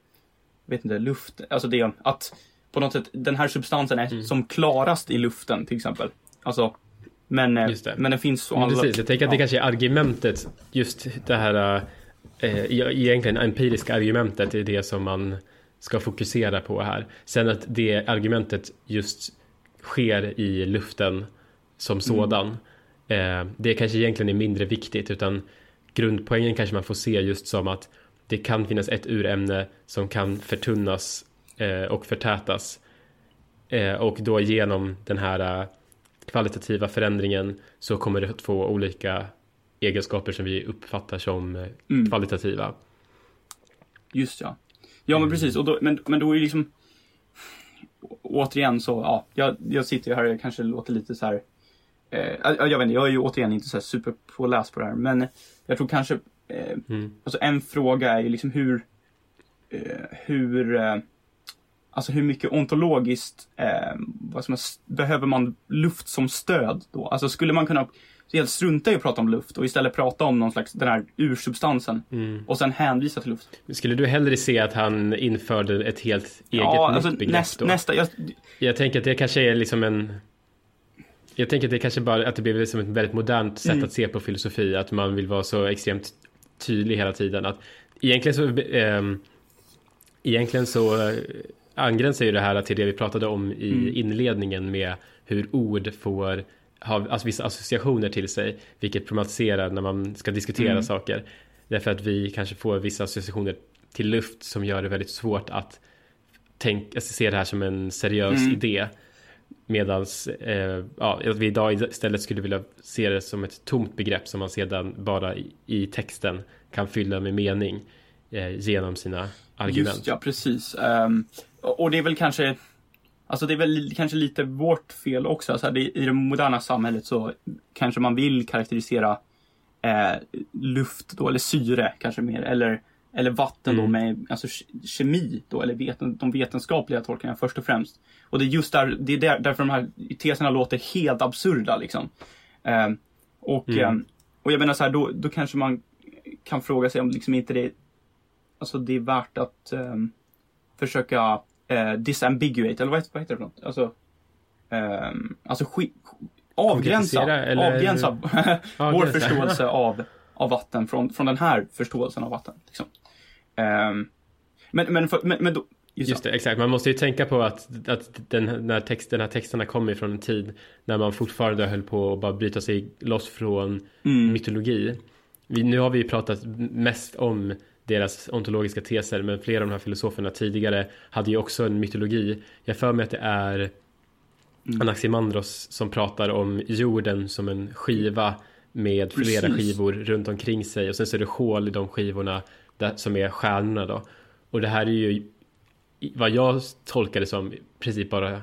vet inte, luft, alltså det att på något sätt den här substansen är mm. som klarast i luften till exempel. Alltså men men den finns så alla... Precis, jag tänker att det ja. kanske är argumentet just det här eh, egentligen empiriska argumentet är det som man ska fokusera på här. Sen att det argumentet just sker i luften som sådan mm. eh, det kanske egentligen är mindre viktigt, utan grundpoängen kanske man får se just som att det kan finnas ett urämne som kan förtunnas eh, och förtätas. Eh, och då genom den här eh, kvalitativa förändringen så kommer det att få olika egenskaper som vi uppfattar som eh, mm. kvalitativa. Just ja. Ja, men precis. Och då, men, men då är det liksom återigen så, ja, jag, jag sitter ju här och jag kanske låter lite så här eh, jag, jag vet inte, jag är ju återigen inte så här super påläst på det här, men jag tror kanske Eh, mm. alltså en fråga är ju liksom hur eh, hur eh, alltså hur mycket ontologiskt eh, vad som är, behöver man luft som stöd då? Alltså skulle man kunna helt strunta i att prata om luft och istället prata om någon slags den här ursubstansen mm. och sen hänvisa till luft. Skulle du hellre se att han införde ett helt eget ja, nytt alltså begrepp näst, då? Nästa, jag... jag tänker att det kanske är liksom en jag tänker att det kanske bara att det blir som ett väldigt modernt sätt mm. att se på filosofi, att man vill vara så extremt tydlig hela tiden att egentligen så eh, egentligen så eh, angränsar ju det här till det vi pratade om i mm. inledningen med hur ord får ha alltså, vissa associationer till sig, vilket problematiserar när man ska diskutera mm. saker, därför att vi kanske får vissa associationer till luft som gör det väldigt svårt att tänka, se det här som en seriös mm. idé, medans eh, ja, att vi idag istället skulle vilja se det som ett tomt begrepp som man sedan bara i, i texten kan fylla med mening eh, genom sina argument. Just ja, precis. Um, och det är väl kanske alltså det är väl kanske lite vårt fel också. Alltså det, i det moderna samhället så kanske man vill karaktärisera eh, luft då, eller syre kanske mer, eller eller vatten mm. då med alltså kemi då, eller veten, de vetenskapliga tolkningarna först och främst. Och det är just där, det är där, därför de här teserna låter helt absurda liksom. Eh, och, mm. eh, och jag menar så här, då, då kanske man kan fråga sig om liksom inte det alltså det är värt att eh, försöka eh, disambiguate, eller vad heter, vad heter det för något? Alltså, eh, alltså sk- avgränsa, eller... avgränsa vår förståelse av, av vatten från, från den här förståelsen av vatten liksom. Um, men, men, för, men, men då, just, just det, exakt. Man måste ju tänka på att, att den, när text, den här texterna kommer från en tid när man fortfarande höll på att bara bryta sig loss från mm. mytologi. Vi, nu har vi pratat mest om deras ontologiska teser, men flera av de här filosoferna tidigare hade ju också en mytologi. Jag för mig att det är mm. Anaximandros som pratar om jorden som en skiva med flera Precis. skivor runt omkring sig, och sen så är det hål i de skivorna där, som är stjärnorna då. Och det här är ju vad jag tolkar det som i princip bara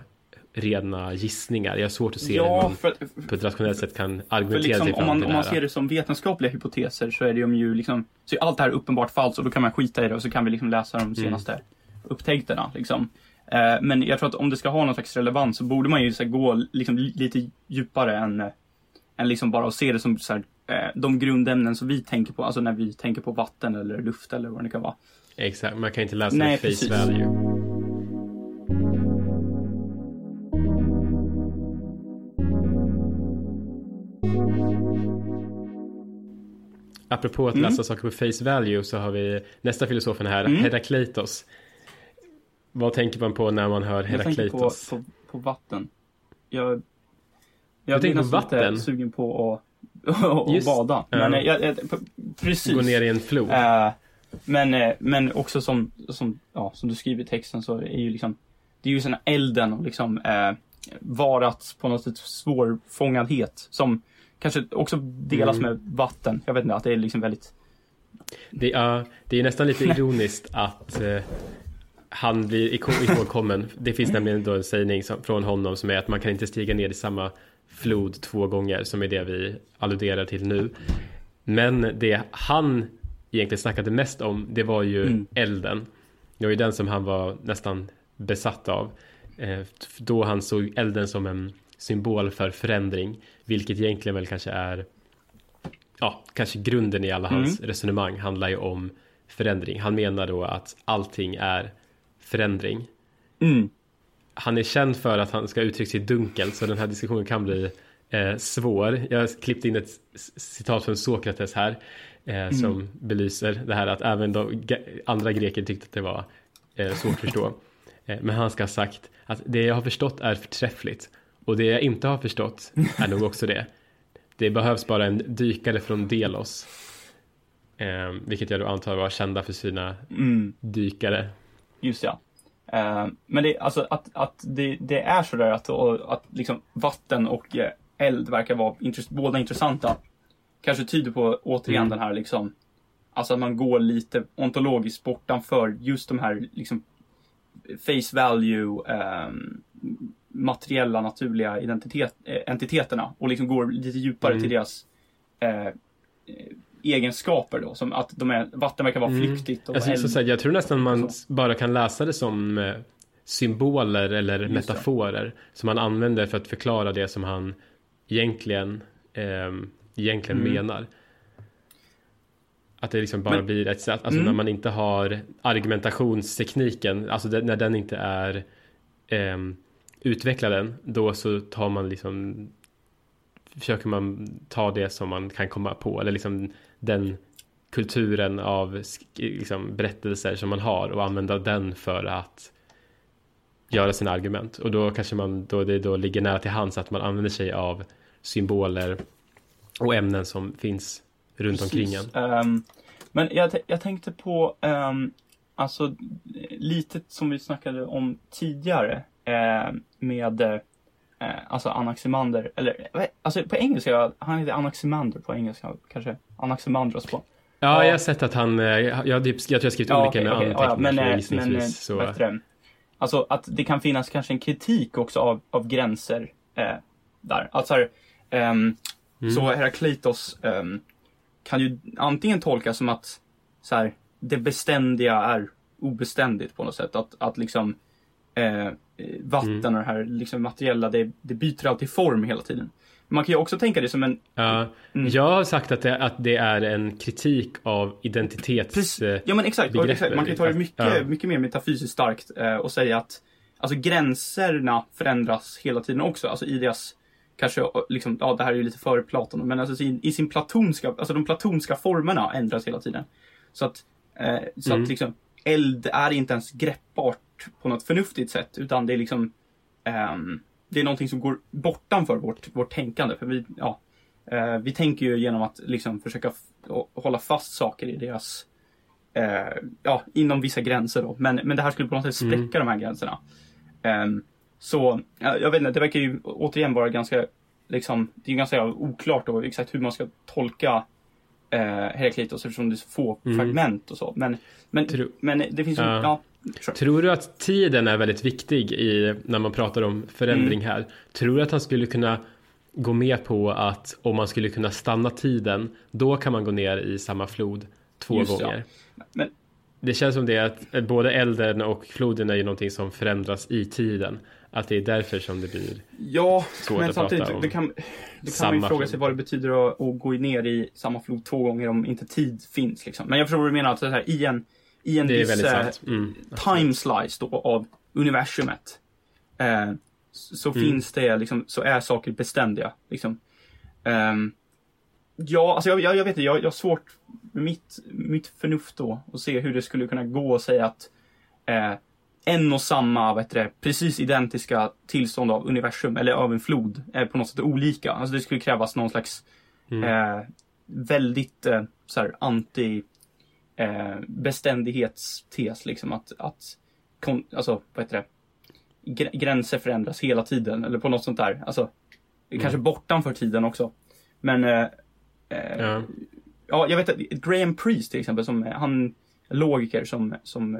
rena gissningar. Jag har svårt att se ja, hur man för, på ett rationellt sätt kan argumentera liksom, sig fram om man, till om man ser det som vetenskapliga hypoteser så är det ju liksom, så är allt det här uppenbart falskt, och då kan man skita i det och så kan vi liksom läsa de senaste mm. upptäckterna liksom. Eh, men jag tror att om det ska ha någon slags relevans så borde man ju så här, gå liksom, lite djupare än, än liksom bara att se det som så här, eh, de grundämnen som vi tänker på, alltså när vi tänker på vatten eller luft eller vad det kan vara. Exakt, man kan inte läsa Nej, face precis. value. apropå att Mm. läsa saker på face value, så har vi nästa filosofen här, Mm. Herakleitos. Vad tänker man på när man hör Jag tänker på, Herakleitos? på, på vatten. Jag, Du jag blir tänker på nästan vatten? lite sugen på att, att Just, bada. ja. Men, jag, jag, p- precis. Gå ner i en flod. Eh, men, eh, men också som, som, ja, som du skriver i texten, så är ju liksom, det är ju sån här elden och liksom eh, varat på något sätt svårfångadhet som kanske också delas Mm. med vatten. Jag vet inte, att det är liksom väldigt... Det är, det är nästan lite ironiskt att eh, han blir iko- ihågkommen. Det finns nämligen då en sägning som, från honom som är att man kan inte stiga ner i samma flod två gånger, som är det vi alluderar till nu. Men det han egentligen snackade mest om, det var ju Mm. elden. Det var ju den som han var nästan besatt av. Eh, då han såg elden som en symbol för förändring, vilket egentligen väl kanske är, ja, kanske grunden i alla hans Mm. resonemang handlar ju om förändring. Han menar då att allting är förändring. Mm. Han är känd för att han ska uttrycka sig dunkelt, så den här diskussionen kan bli eh, svår. Jag har klippt in ett c- citat från Sokrates här eh, som Mm. belyser det här att även de ge- andra greker tyckte att det var eh, svårt att förstå. Eh, men han ska ha sagt att det jag har förstått är förträffligt, och det jag inte har förstått är nog också det. Det behövs bara en dykare från Delos, eh, vilket jag då antar var kända för sina Mm. dykare. Just ja. Eh, men det, alltså, att, att det, det är så där att, och, att liksom vatten och eh, eld verkar vara intress- båda intressanta. Kanske tyder på återigen Mm. den här liksom, alltså att man går lite ontologiskt bortanför just de här liksom face value ehm, materiella naturliga identitet, eh, entiteterna och liksom går lite djupare Mm. till deras eh, eh, egenskaper då, som att de är, vatten verkar vara Mm. flyktigt och Alltså, eld. så att säga, jag tror nästan man så. bara kan läsa det som eh, symboler eller Just metaforer som han använder för att förklara det som han egentligen, eh, egentligen Mm. menar. Att det liksom bara Men- blir ett sätt, alltså Mm. när man inte har argumentationstekniken, alltså det, när den inte är eh, utvecklad än, då så tar man liksom, försöker man ta det som man kan komma på, eller liksom den kulturen av sk- liksom, berättelser som man har, och använda den för att göra sina argument. Och då kanske man då det då ligger nära till hands att man använder sig av symboler och ämnen som finns runt omkring en. Precis. Ehm, men jag, t- jag tänkte på um, alltså lite som vi snackade om tidigare eh, med eh, alltså Anaximander, eller vad- alltså på engelska, han heter Anaximander på engelska, kanske Anaximandros på. Ja, Ja. jag har sett att han, eh, jag, jag, typ, jag tror jag har skrivit Ja, olika okej, med okej, ja, ja, anteckningar, men, så eh, gissningsvis men, eh, så... vad heter det? Alltså att det kan finnas kanske en kritik också av, av gränser eh, där. Alltså här, ehm, Mm. så Herakleitos ehm, kan ju antingen tolkas som att så här, det beständiga är obeständigt på något sätt. Att, att liksom eh, vatten Mm. och det här liksom materiella, det, det byter alltid form hela tiden. Man kan ju också tänka det som en... Ja, Mm. jag har sagt att det, att det är en kritik av identitets... Precis. eh, Ja men exakt, begreppet. exakt. Man kan ju ta det mycket, Ja. mycket mer metafysiskt starkt eh, och säga att alltså, gränserna förändras hela tiden också. Alltså i deras, kanske, liksom, ja det här är ju lite före Platon, men alltså i, i sin platonska, alltså de platonska formerna ändras hela tiden. Så att, eh, så Mm. att liksom, eld är inte ens greppbart på något förnuftigt sätt, utan det är liksom ehm, det är någonting som går bortanför vårt, vårt tänkande. För vi, ja, eh, vi tänker ju genom att liksom försöka f- och hålla fast saker i deras eh, ja, inom vissa gränser då. Men, men det här skulle på något sätt spräcka Mm. de här gränserna. Ehm, så, ja, jag vet inte, det verkar ju återigen vara ganska, liksom, det är ju ganska oklart då exakt hur man ska tolka eh, Herakleitos eftersom det är så få Mm. fragment och så. Men, men, Tro- men det finns ju, Ja. ja, sure. Tror du att tiden är väldigt viktig i, när man pratar om förändring här? Tror du att han skulle kunna gå med på att om man skulle kunna stanna tiden, då kan man gå ner i samma flod två Just ja. gånger? Men, Det känns som det att eh, både elden och floden är ju någonting som förändras i tiden. Att det är därför som det blir ja, svårt men att samtidigt, prata om det kan, det kan man ju samma fråga flod. sig vad det betyder att, att gå ner i samma flod två gånger om inte tid finns. Liksom. Men jag förstår vad du menar, att det här, i en, i en Det är viss väldigt eh, sant. Mm. time slice då, av universumet eh, så Mm. finns det, liksom, så är saker beständiga. Liksom. Ehm, Ja, alltså jag, jag, jag vet inte, jag, jag har svårt med mitt, mitt förnuft då att se hur det skulle kunna gå och säga att eh, en och samma, vet du, precis identiska tillstånd av universum eller av en flod är på något sätt olika. Alltså det skulle krävas någon slags mm. eh, väldigt eh, så här, anti eh, beständighetstes liksom att, att kon, alltså, vad heter det, Gr- gränser förändras hela tiden eller på något sånt där. Alltså mm. kanske bortanför tiden också. Men eh, eh, ja. ja, jag vet att Graham Priest till exempel, som han logiker som som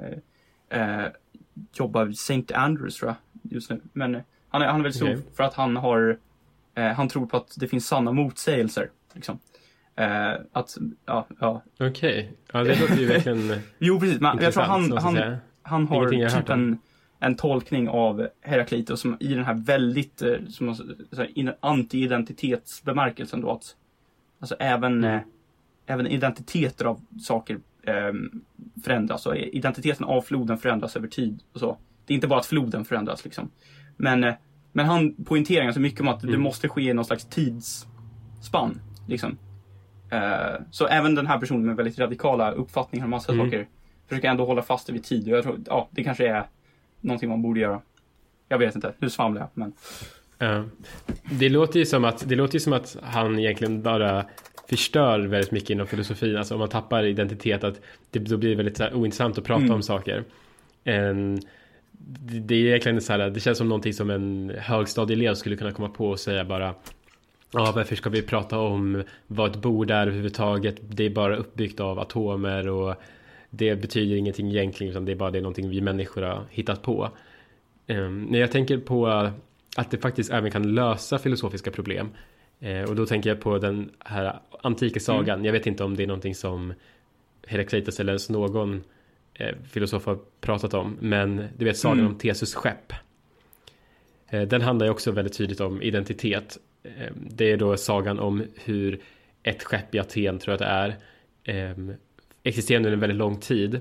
eh, jobbar vid Saint Andrews tror jag just nu. Men eh, han är han är väl stor okay. för att han har eh, han tror på att det finns sanna motsägelser liksom. Eh, att ja ja. Okej. Okay. Ja, det låter ju verkligen jo precis, men jag tror han han han har typ en en tolkning av Heraklitos som i den här väldigt eh, som så här, anti-identitetsbemärkelsen då att alltså även mm. eh, även identiteter av saker eh, förändras och identiteten av floden förändras över tid och så. Det är inte bara att floden förändras liksom. Men eh, men han poängterar ganska mycket om att mm. det måste ske i någon slags tidsspann liksom. Eh, så även den här personen med väldigt radikala uppfattningar om massa mm. saker försöker ändå hålla fast vid tid. Jag tror ja, det kanske är någonting man borde göra. Jag vet inte, hur svamlar jag, men ja. Det låter ju som att det låter ju som att han egentligen bara förstör väldigt mycket inom filosofin. Alltså om man tappar identitet, att det då blir väldigt så här, ointressant att prata mm. om saker. En, det är egentligen så här, det känns som någonting som en högstadieelev skulle kunna komma på och säga bara ja, varför ska vi prata om vad ett bord är överhuvudtaget? Det är bara uppbyggt av atomer och det betyder ingenting egentligen, utan det är bara det är någonting vi människor har hittat på. Um, när jag tänker på att det faktiskt även kan lösa filosofiska problem, uh, och då tänker jag på den här antika sagan. Mm. Jag vet inte om det är någonting som Heraklitos eller ens någon uh, filosof har pratat om, men du vet sagan mm. om Theseus skepp. Uh, den handlar ju också väldigt tydligt om identitet. Uh, det är då sagan om hur ett skepp i Aten, tror jag att det är, um, existerar under en väldigt lång tid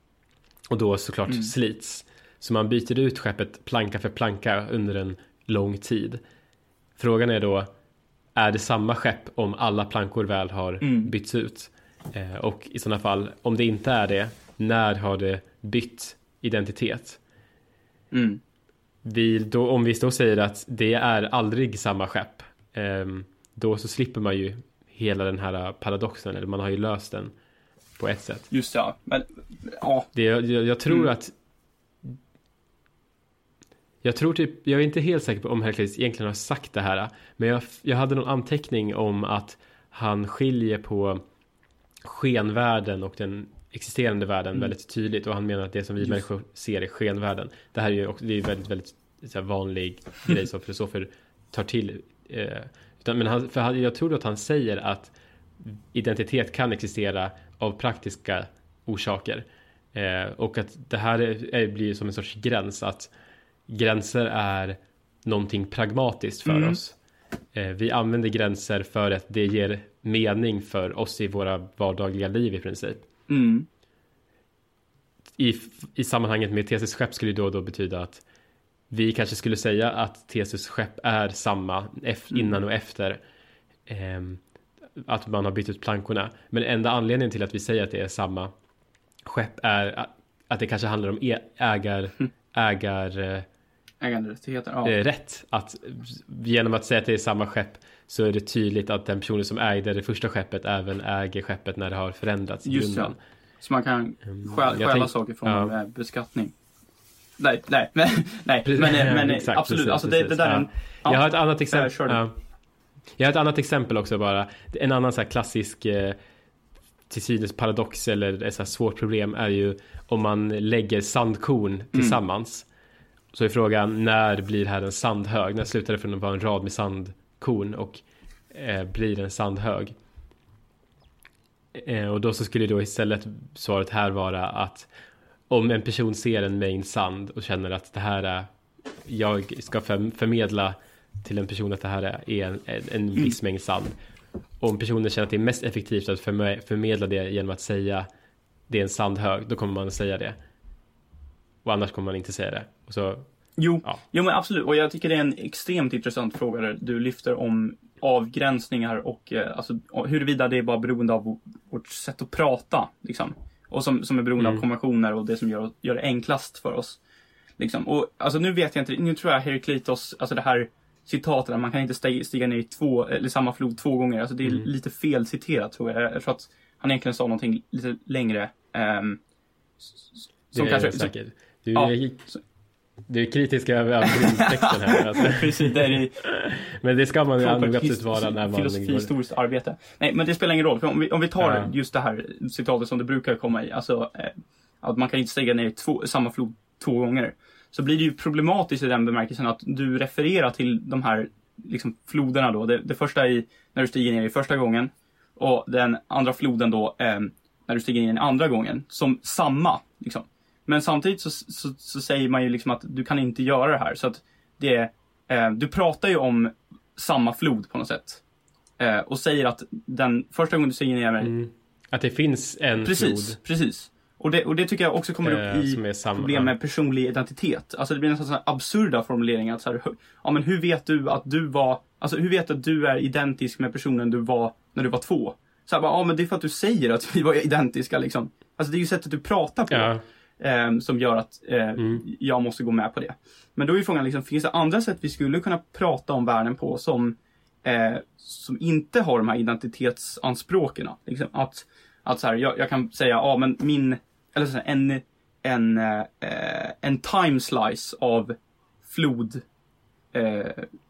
och då såklart mm. slits. Så man byter ut skeppet planka för planka under en lång tid. Frågan är då, är det samma skepp om alla plankor väl har mm. bytts ut? Eh, och i sådana fall, om det inte är det, när har det bytt identitet? Mm. Vi då, om vi då säger att det är aldrig samma skepp, eh, då så slipper man ju hela den här paradoxen, eller man har ju löst den på ett sätt. Just ja, men ja. Det, jag, jag tror mm. att jag tror typ, jag är inte helt säker på om Heraklitos egentligen har sagt det här, men jag, jag hade någon anteckning om att han skiljer på skenvärlden och den existerande världen mm. väldigt tydligt, och han menar att det som vi Just. människor ser är skenvärlden. Det här är ju också, det är väldigt, väldigt så här, vanlig grej som filosofer tar till. Eh, utan, men han, för jag tror att han säger att identitet kan existera av praktiska orsaker. Eh, och att det här är, är, blir som en sorts gräns. Att gränser är någonting pragmatiskt för mm. oss. Eh, vi använder gränser för att det ger mening för oss i våra vardagliga liv i princip. Mm. I, I sammanhanget med Theseus skepp skulle det då, då betyda att vi kanske skulle säga att Theseus skepp är samma ef- mm. innan och efter. Eh, att man har bytt ut plankorna. Men enda anledningen till att vi säger att det är samma skepp är att det kanske handlar om ägar, ägar äganderättigheter. Ja. Rätt. Att genom att säga att det är samma skepp så är det tydligt att den personen som ägde det första skeppet även äger skeppet när det har förändrats i grunden. Ja. Så man kan stjäla, stjäla tänk, saker från ja. beskattning. Nej, nej, men, nej, men, men, men exakt, absolut. Precis, alltså det, det där ja. är en, ja. Jag har ett annat exempel. Ja. Jag har ett annat exempel också bara. En annan så här klassisk eh, till synes paradox eller ett så här svårt problem är ju om man lägger sandkorn tillsammans. Mm. Så är frågan, när blir här en sandhög? När slutar det från att vara en rad med sandkorn och eh, blir en sandhög? Eh, och då så skulle då istället svaret här vara att om en person ser en mängd sand och känner att det här är, jag ska för, förmedla till en person att det här är en, en, en viss mängd sand. Och om personen känner att det är mest effektivt att förmedla det genom att säga det är en sandhög, då kommer man att säga det. Och annars kommer man inte säga det. Och så, jo, ja. jo, men absolut. Och jag tycker det är en extremt intressant fråga där du lyfter om avgränsningar och eh, alltså, huruvida det är bara beroende av vårt sätt att prata liksom. Och som, som är beroende mm. av konventioner och det som gör, gör det enklast för oss. Liksom. Och alltså nu vet jag inte, nu tror jag Herakleitos, alltså det här citatet där man kan inte stiga, stiga ner i två, eller samma flod två gånger. Alltså det är mm. lite fel citerat tror jag. Jag tror att han egentligen sa någonting lite längre. Um, som det är kanske, säkert. Du är, ja, så, du är kritisk över grundtexten här. Alltså. Precis, det är det. Men det ska man ju nog absolut vara när man... Filosofi-historiskt arbete. Nej, men det spelar ingen roll. För om, vi, om vi tar ja. just det här citatet som det brukar komma i. Alltså eh, att man kan inte stiga ner i två, samma flod två gånger. Så blir det ju problematiskt i den bemärkelsen att du refererar till de här liksom, floderna då. Det, det första är när du stiger ner i första gången. Och den andra floden då eh, när du stiger ner den andra gången. Som samma, liksom. Men samtidigt så, så, så säger man ju liksom att du kan inte göra det här. Så att det eh, du pratar ju om samma flod på något sätt. Eh, och säger att den första gången du stiger ner mm. att det finns en precis, flod. Precis, precis. Och det, och det tycker jag också kommer upp i samma, problem med personlig identitet. Alltså det blir nästan sådana absurda formuleringar. Att så här, ja, men hur vet du att du var... Alltså hur vet du att du är identisk med personen du var när du var två? Så här, bara, ja men det är för att du säger att vi var identiska liksom. Alltså det är ju sättet du pratar på. Ja. Eh, som gör att eh, mm. jag måste gå med på det. Men då är ju frågan liksom, finns det andra sätt vi skulle kunna prata om världen på som, eh, som inte har de här identitetsanspråken? Liksom, att att så här, jag, jag kan säga, ja men min... Eller så här, en, en, eh, en time slice av flod eh,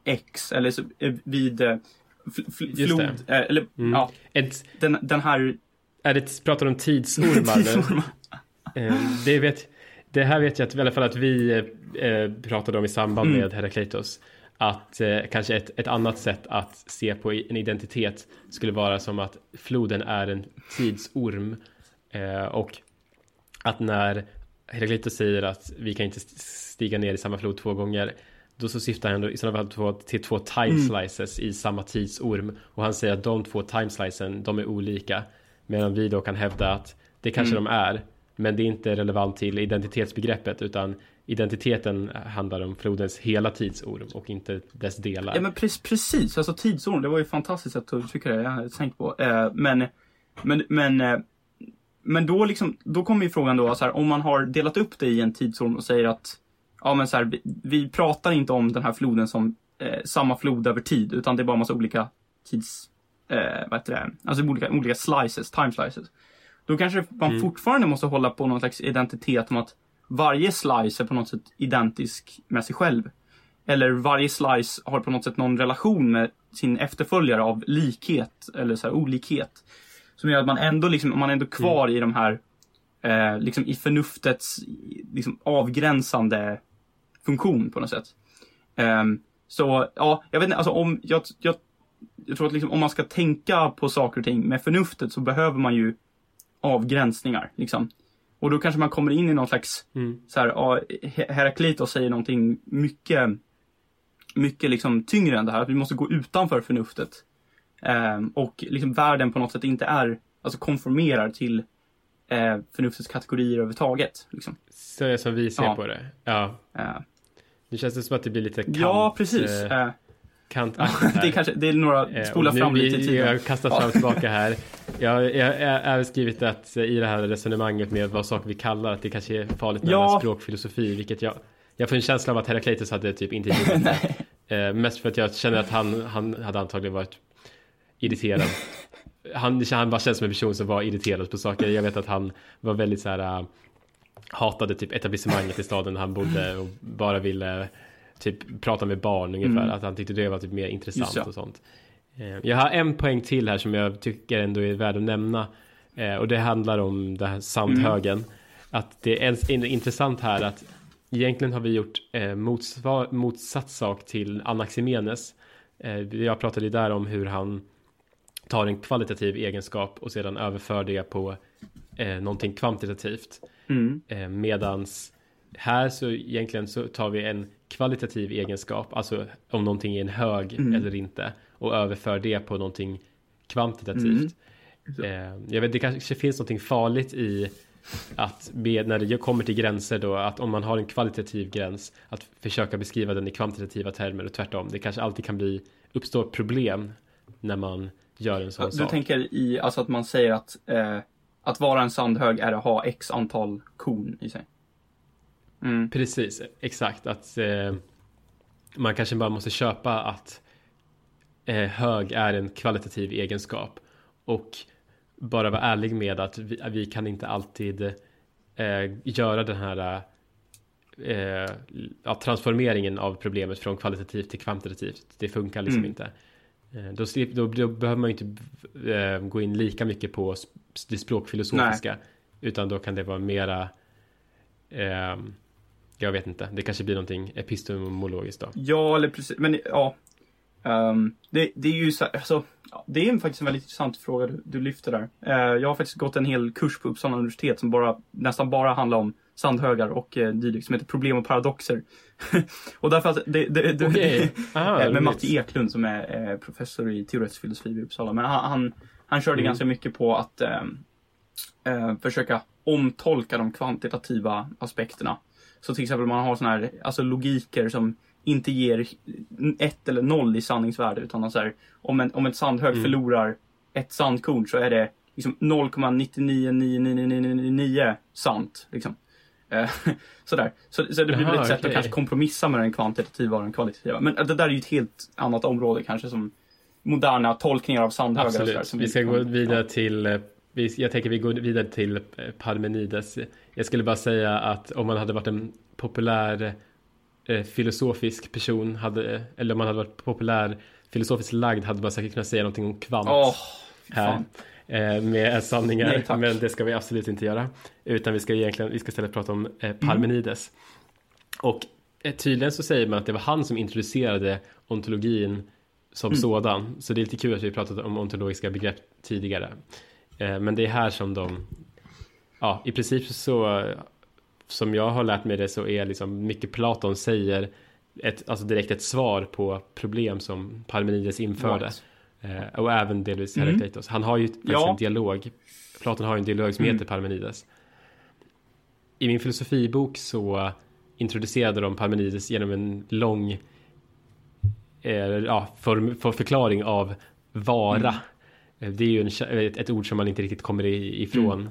X. Eller så, eh, vid eh, fl, fl, flod... Eh, eller, mm. ja, ett, den, den här... Är det, pratar om tidsormar? tidsormar. eh, det, vet, det här vet jag att, i alla fall att vi eh, pratade om i samband mm. med Herakleitos. Att eh, kanske ett, ett annat sätt att se på en identitet skulle vara som att floden är en tidsorm. Eh, och att när Herakleitos säger att vi kan inte stiga ner i samma flod två gånger, då så syftar han i sådana fall till två time slices mm. i samma tidsorm. Och han säger att de två time slicen, de är olika. Medan vi då kan hävda att det kanske mm. de är, men det är inte relevant till identitetsbegreppet, utan identiteten handlar om flodens hela tidsorm och inte dess delar. Ja men pre- precis, alltså tidsorm, det var ju fantastiskt att du tycker det, jag hade tänkt på. Eh, men, men, men, eh, men då liksom, då kommer ju frågan då så här, om man har delat upp det i en tidsorm och säger att ja men så här, vi, vi pratar inte om den här floden som eh, samma flod över tid, utan det är bara en massa olika tids, eh, vad heter det, alltså olika, olika slices, time slices. Då kanske man mm. fortfarande måste hålla på någon slags identitet om att varje slice är på något sätt identisk med sig själv. Eller varje slice har på något sätt någon relation med sin efterföljare av likhet eller så här olikhet. Som gör att man ändå liksom, man är ändå kvar mm. i de här eh, liksom i förnuftets liksom avgränsande funktion på något sätt. Um, så ja, jag vet inte, alltså om jag, jag, jag tror att liksom, om man ska tänka på saker och ting med förnuftet så behöver man ju avgränsningar liksom. Och då kanske man kommer in i någon slags mm. så här, ja, Herakleitos säger någonting mycket mycket liksom tyngre än det här, att vi måste gå utanför förnuftet. Um, och liksom världen på något sätt inte är, alltså konformerar till uh, förnuftets kategorier överhuvudtaget liksom. Så är som vi ser ja. på det. Ja. Uh. Det känns det som att det blir lite kant. Ja, precis. Uh. Kant det är kanske det är några spola fram vi, lite i tiden. Jag har kastat fram och tillbaka här. Jag, jag, jag har skrivit att i det här resonemanget med vad saker vi kallar, att det kanske är farligt med ja. språkfilosofi, vilket jag jag får en känsla av att Herakleitos hade typ inte gjort det. eh, mest för att jag känner att han, han hade antagligen varit irriterad. Han, han bara känns som en person som var irriterad på saker. Jag vet att han var väldigt så här uh, hatade typ etablissemanget i staden han bodde och bara ville typ prata med barn ungefär. Mm. Att han tyckte det var typ mer intressant ja. och sånt. Eh, jag har en poäng till här som jag tycker ändå är värd att nämna. Eh, och det handlar om det här sandhögen. Mm. Att det är en, intressant här att egentligen har vi gjort eh, motsvar, motsatt sak till Anaximenes. Eh, jag pratade där om hur han tar en kvalitativ egenskap och sedan överför det på eh, någonting kvantitativt. Mm. Eh, medans här så egentligen så tar vi en kvalitativ egenskap, alltså om någonting är en hög mm. eller inte, och överför det på någonting kvantitativt. Mm. Eh, jag vet, det kanske finns någonting farligt i att med, när det kommer till gränser då, att om man har en kvalitativ gräns att försöka beskriva den i kvantitativa termer och tvärtom. Det kanske alltid kan bli uppstår problem när man gör en sån du sak. Du tänker i, alltså att man säger att eh, att vara en sandhög är att ha x antal korn i sig. Mm. Precis, exakt. Att eh, man kanske bara måste köpa att eh, hög är en kvalitativ egenskap. Och bara vara ärlig med att vi, vi kan inte alltid eh, göra den här eh, ja, transformeringen av problemet från kvalitativt till kvantitativt. Det funkar liksom mm. inte. Eh, då, då, då behöver man ju inte eh, gå in lika mycket på det språkfilosofiska. Nej. Utan då kan det vara mera eh, jag vet inte, det kanske blir någonting epistemologiskt då. Ja, eller precis, men ja um, det, det är ju så alltså, det är faktiskt en väldigt intressant fråga du, du lyfter där. Uh, jag har faktiskt gått en hel kurs på Uppsala universitet som bara, nästan bara handlar om sandhögar och uh, dylikt, som heter problem och paradoxer. Och därför att det, det, det, okay. det Aha, med Matti Eklund som är uh, professor i teoretisk filosofi i Uppsala, men han, han, han körde mm. ganska mycket på att uh, uh, försöka omtolka de kvantitativa aspekterna. Så till exempel man har såna här, alltså logiker som inte ger ett eller noll i sanningsvärde, utan så här, om, en, om ett sandhög mm. förlorar ett sandkorn så är det liksom noll komma nio nio nio nio nio nio nio sant liksom. Eh, sådär. Så, så det blir Aha, väl ett sätt okay. att kanske kompromissa med den kvantitativa och den kvalitativa. Men det där är ju ett helt annat område kanske, som moderna tolkningar av sandhögar. Absolut. Och så som vi ska gå vidare ja. till jag tänker vi går vidare till Parmenides. Jag skulle bara säga att om man hade varit en populär eh, filosofisk person hade, eller om man hade varit populär filosofiskt lagd, hade man säkert kunnat säga någonting om kvant oh, här eh, med sanningar. Nej, men det ska vi absolut inte göra, utan vi ska egentligen vi ska istället prata om eh, Parmenides. Mm. Och eh, tydligen så säger man att det var han som introducerade ontologin som mm. sådan. Så det är lite kul att vi pratat om ontologiska begrepp tidigare. Men det är här som de ja, i princip så som jag har lärt mig det, så är liksom mycket Platon säger ett, alltså direkt ett svar på problem som Parmenides införde. Right. eh, och även delvis Herakleitos. Mm. Han har ju ja. en dialog, Platon har ju en dialog som mm. heter Parmenides. I min filosofibok så introducerade de Parmenides genom en lång eh, ja, för, för förklaring av vara. Mm. Det är ju en, ett, ett ord som man inte riktigt kommer ifrån.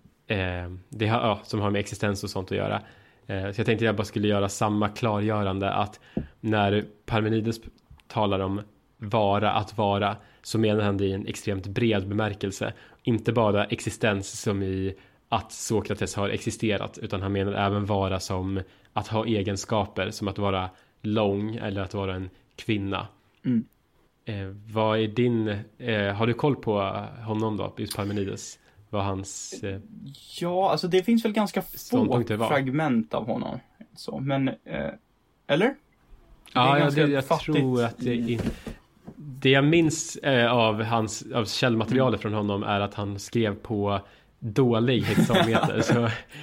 Mm. Eh, det har, ja, som har med existens och sånt att göra. Eh, så jag tänkte att jag bara skulle göra samma klargörande, att när Parmenides talar om vara, att vara, så menar han det i en extremt bred bemärkelse. Inte bara existens som i att Sokrates har existerat, utan han menar även vara som att ha egenskaper, som att vara lång eller att vara en kvinna. Mm. Eh, vad är din eh, har du koll på honom då, just Parmenides? Vad hans eh, ja, alltså det finns väl ganska få fragment av honom så, men eh, eller? Det ja, jag, det, jag tror att det är, det jag minns eh, av hans av källmaterialet mm. från honom är att han skrev på dålig hexameter så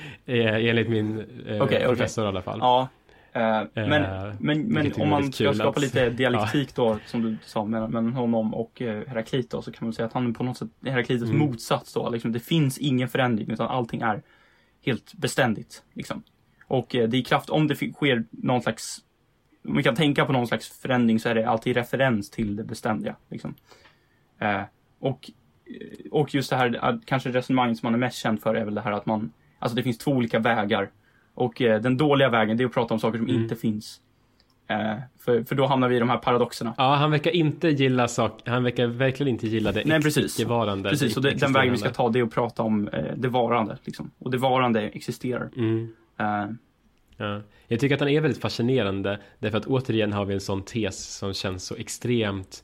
eh, enligt min eh, okay, professor okay. i alla fall. Ja. Uh, men uh, men, men om man ska skapa att... lite dialektik ja. då, som du sa med, med honom och uh, Herakleitos, så kan man säga att han är på något sätt Herakleitos mm. motsats då, liksom, det finns ingen förändring, utan allting är helt beständigt liksom. Och uh, det är kraft, om det sker någon slags, om vi kan tänka på någon slags förändring, så är det alltid referens till det beständiga liksom. uh, och och just det här, uh, kanske resonemang som man är mest känd för är väl det här att man, alltså det finns två olika vägar. Och eh, den dåliga vägen, det är att prata om saker som mm. inte finns. Eh, för, för då hamnar vi i de här paradoxerna. Ja, han verkar inte gilla sak, han verkar verkligen inte gilla det Nej, precis. icke-varande. Precis, och det, den vägen vi ska ta, det är att prata om eh, det varande. Liksom. Och det varande existerar. Mm. Eh. Ja. Jag tycker att han är väldigt fascinerande, därför att återigen har vi en sån tes som känns så extremt